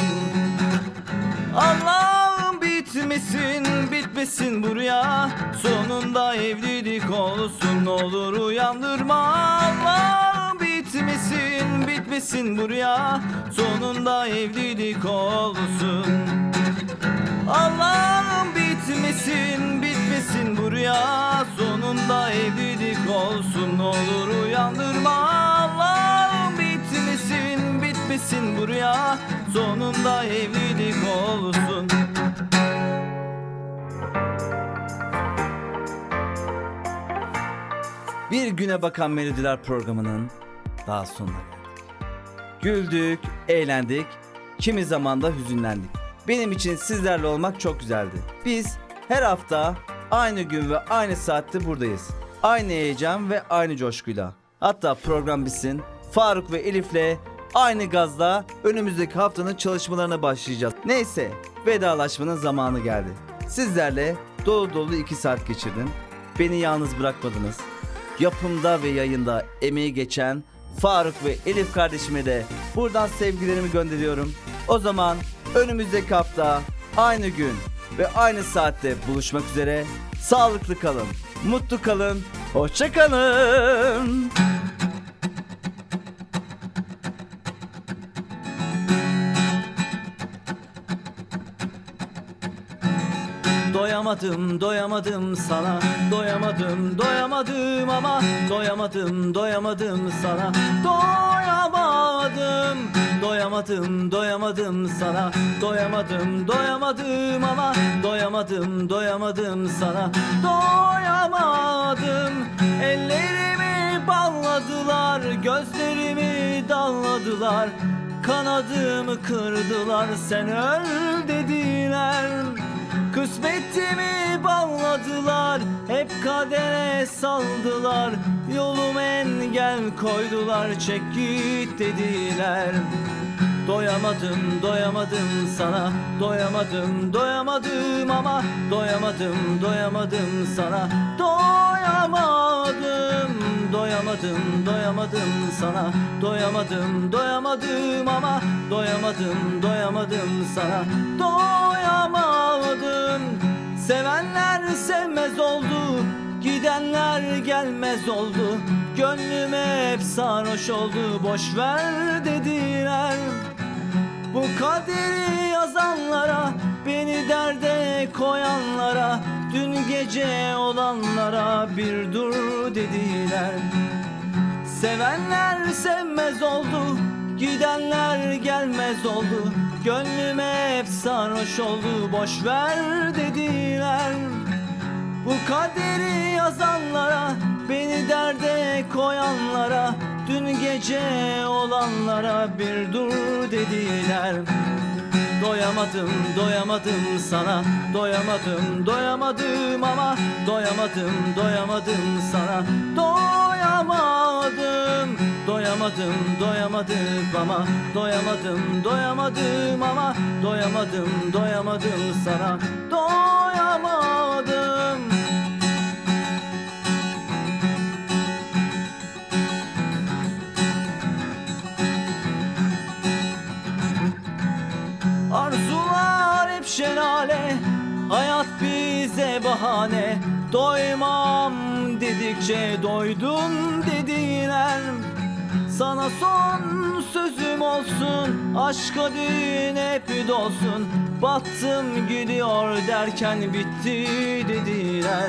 Allah'ım bitmesin bitmesin bu rüya. Sonunda evlilik olsun ne olur uyandırma. Allah'ım bitmesin bitmesin bu rüya. Sonunda evlilik olsun. Allah'ım bitmesin bitmesin bu rüya. Sonunda evlilik olsun ne olur uyandırma. Allah'ım bitmesin bitmesin bu rüya. Sonunda evlilik olsun. Bir Güne Bakan Melodiler programının daha sonuna geldik. Güldük, eğlendik, kimi zaman da hüzünlendik. Benim için sizlerle olmak çok güzeldi. Biz her hafta aynı gün ve aynı saatte buradayız. Aynı heyecan ve aynı coşkuyla. Hatta program bitsin, Faruk ve Elif'le aynı gazla önümüzdeki haftanın çalışmalarına başlayacağız. Neyse, vedalaşmanın zamanı geldi. Sizlerle dolu dolu iki saat geçirdim. Beni yalnız bırakmadınız. Yapımda ve yayında emeği geçen Faruk ve Elif kardeşime de buradan sevgilerimi gönderiyorum. O zaman önümüzdeki hafta aynı gün, ve aynı saatte buluşmak üzere. Sağlıklı kalın, mutlu kalın, hoşça kalın. Doyamadım, doyamadım sana, doyamadım, doyamadım ama doyamadım, doyamadım sana, doyamadım, doyamadım, doyamadım sana, doyamadım, doyamadım ama doyamadım, doyamadım sana, doyamadım. Ellerimi bağladılar, gözlerimi dalladılar, kanadımı kırdılar, sen öl dediler. Kısmetimi bağladılar, hep kadere saldılar, yoluma engel koydular, çek git dediler. Doyamadım, doyamadım sana, doyamadım, doyamadım ama doyamadım, doyamadım sana, doyamadım, doyamadım, doyamadım sana, doyamadım, doyamadım ama doyamadım, doyamadım sana, doyamadım. Sevenler sevmez oldu, gidenler gelmez oldu, gönlüme hep sarhoş oldu, boş ver dediler. Bu kaderi yazanlara, beni derde koyanlara, dün gece olanlara bir dur dediler. Sevenler sevmez oldu, gidenler gelmez oldu, gönlüme hep sarhoş oldu, boş ver dediler. Bu kaderi yazanlara, beni derde koyanlara, dün gece olanlara bir dur dediler. Doyamadım, doyamadım sana, doyamadım, doyamadım ama doyamadım, doyamadım sana, doyamadım, doyamadım, doyamadım ama doyamadım, doyamadım ama doyamadım, doyamadım sana, doyamadım. Arzular hep şelale, hayat bize bahane, doymam dedikçe doydum dediler. Sana son sözüm olsun, aşka düğün hep dolsun, battım gidiyor derken bitti dediler.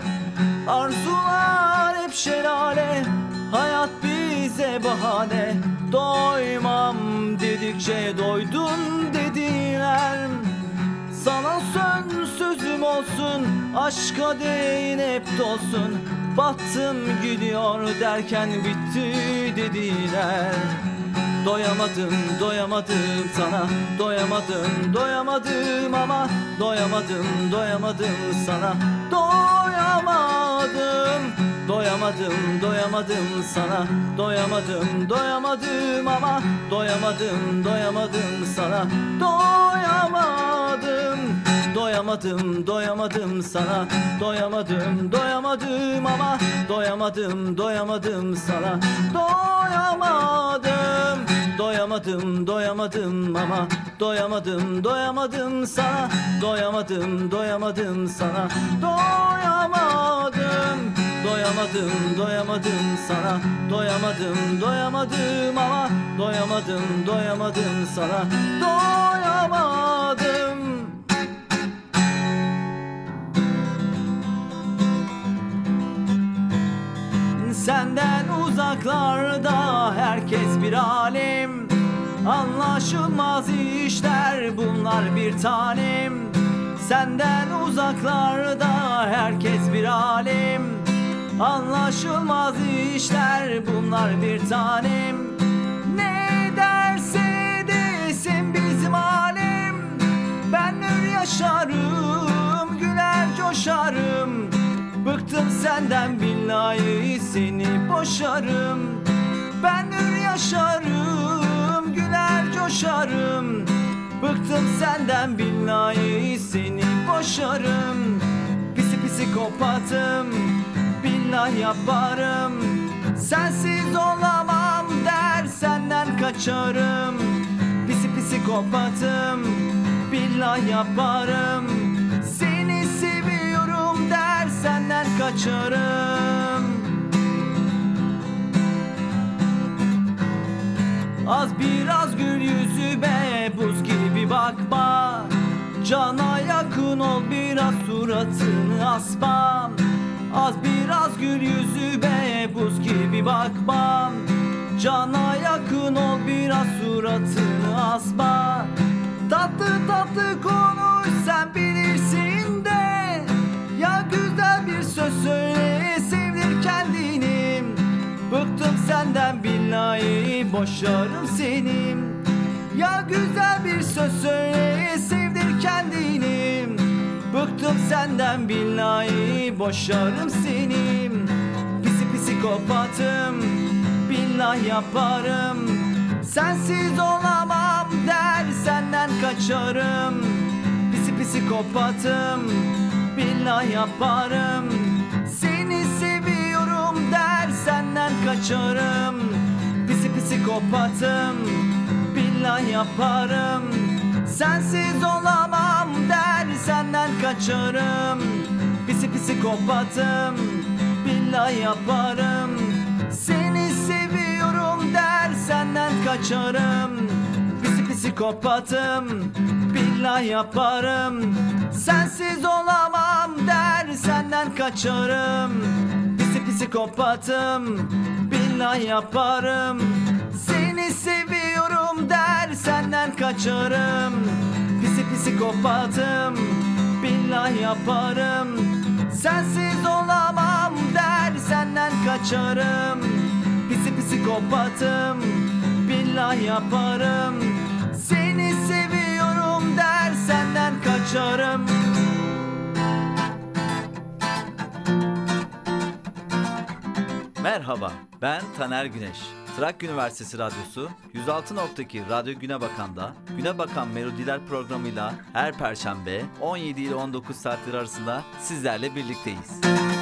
Arzular hep şelale, hayat bize bahane, doymam dedikçe doydum dediler. Sana son sözüm olsun, aşka değin hep dolsun, battım gidiyor derken bitti dediler. Doyamadım, doyamadım sana, doyamadım, doyamadım ama doyamadım, doyamadım sana, doyamadım, doyamadım, doyamadım sana, doyamadım, doyamadım ama doyamadım, doyamadım sana, doyamadım, doyamadım, doyamadım sana, doyamadım, doyamadım ama doyamadım, doyamadım sana, doyamadım, doyamadım, doyamadım ama doyamadım, doyamadım sana, doyamadım, doyamadım sana, doyamadım, doyamadım, doyamadım sana, doyamadım, doyamadım ama doyamadım, doyamadım sana, doyamadım. Senden uzaklarda herkes bir alem, anlaşılmaz işler bunlar bir tanem. Senden uzaklarda herkes bir alem, anlaşılmaz işler bunlar bir tanem. Ne derse desin bizim alem, ben hür yaşarım, güler coşarım. Bıktım senden billahi seni boşarım, ben hür yaşarım, güler coşarım. Bıktım senden billahi seni boşarım. Pisi pisi kopatım, billah yaparım. Sensiz olamam der senden kaçarım. Pisi pisi kopatım, billah yaparım. kaçarım. Az biraz gül yüzüme, buz gibi bakma. Cana yakın ol, biraz suratını asma. Az biraz gül yüzüme, buz gibi bakma. Cana yakın ol, biraz suratını asma. Tatlı tatlı konuş, sen bilirsin de. Ya güzel bir söz söyle, sevdir kendini. Bıktım senden billahi, boşarım seni. Ya güzel bir söz söyle, sevdir kendini. Bıktım senden billahi, boşarım seni. Pisi psikopatım, billah yaparım. Sensiz olamam der, senden kaçarım. Pisi psikopatım, billah yaparım. Seni seviyorum der, senden kaçarım. Pisi psikopatım, billah yaparım. Sensiz olamam der, senden kaçarım. Pisi psikopatım, billah yaparım. Seni seviyorum der, senden kaçarım. Pisi psikopatım, billah yaparım. Sensiz olamam der, senden kaçarım. Pisi psikopatım, billah yaparım. Seni seviyorum der, senden kaçarım. Pisi psikopatım, billah yaparım. Sensiz olamam der, senden kaçarım. Pisi psikopatım, billah yaparım. Seni seviyorum der, senden kaçarım. Merhaba, ben Taner Güneş. Trakya Üniversitesi Radyosu yüz altı nokta iki Radyo Güne Bakan'da Güne Bakan Melodiler programıyla her Perşembe on yedi ile on dokuz saatler arasında sizlerle birlikteyiz.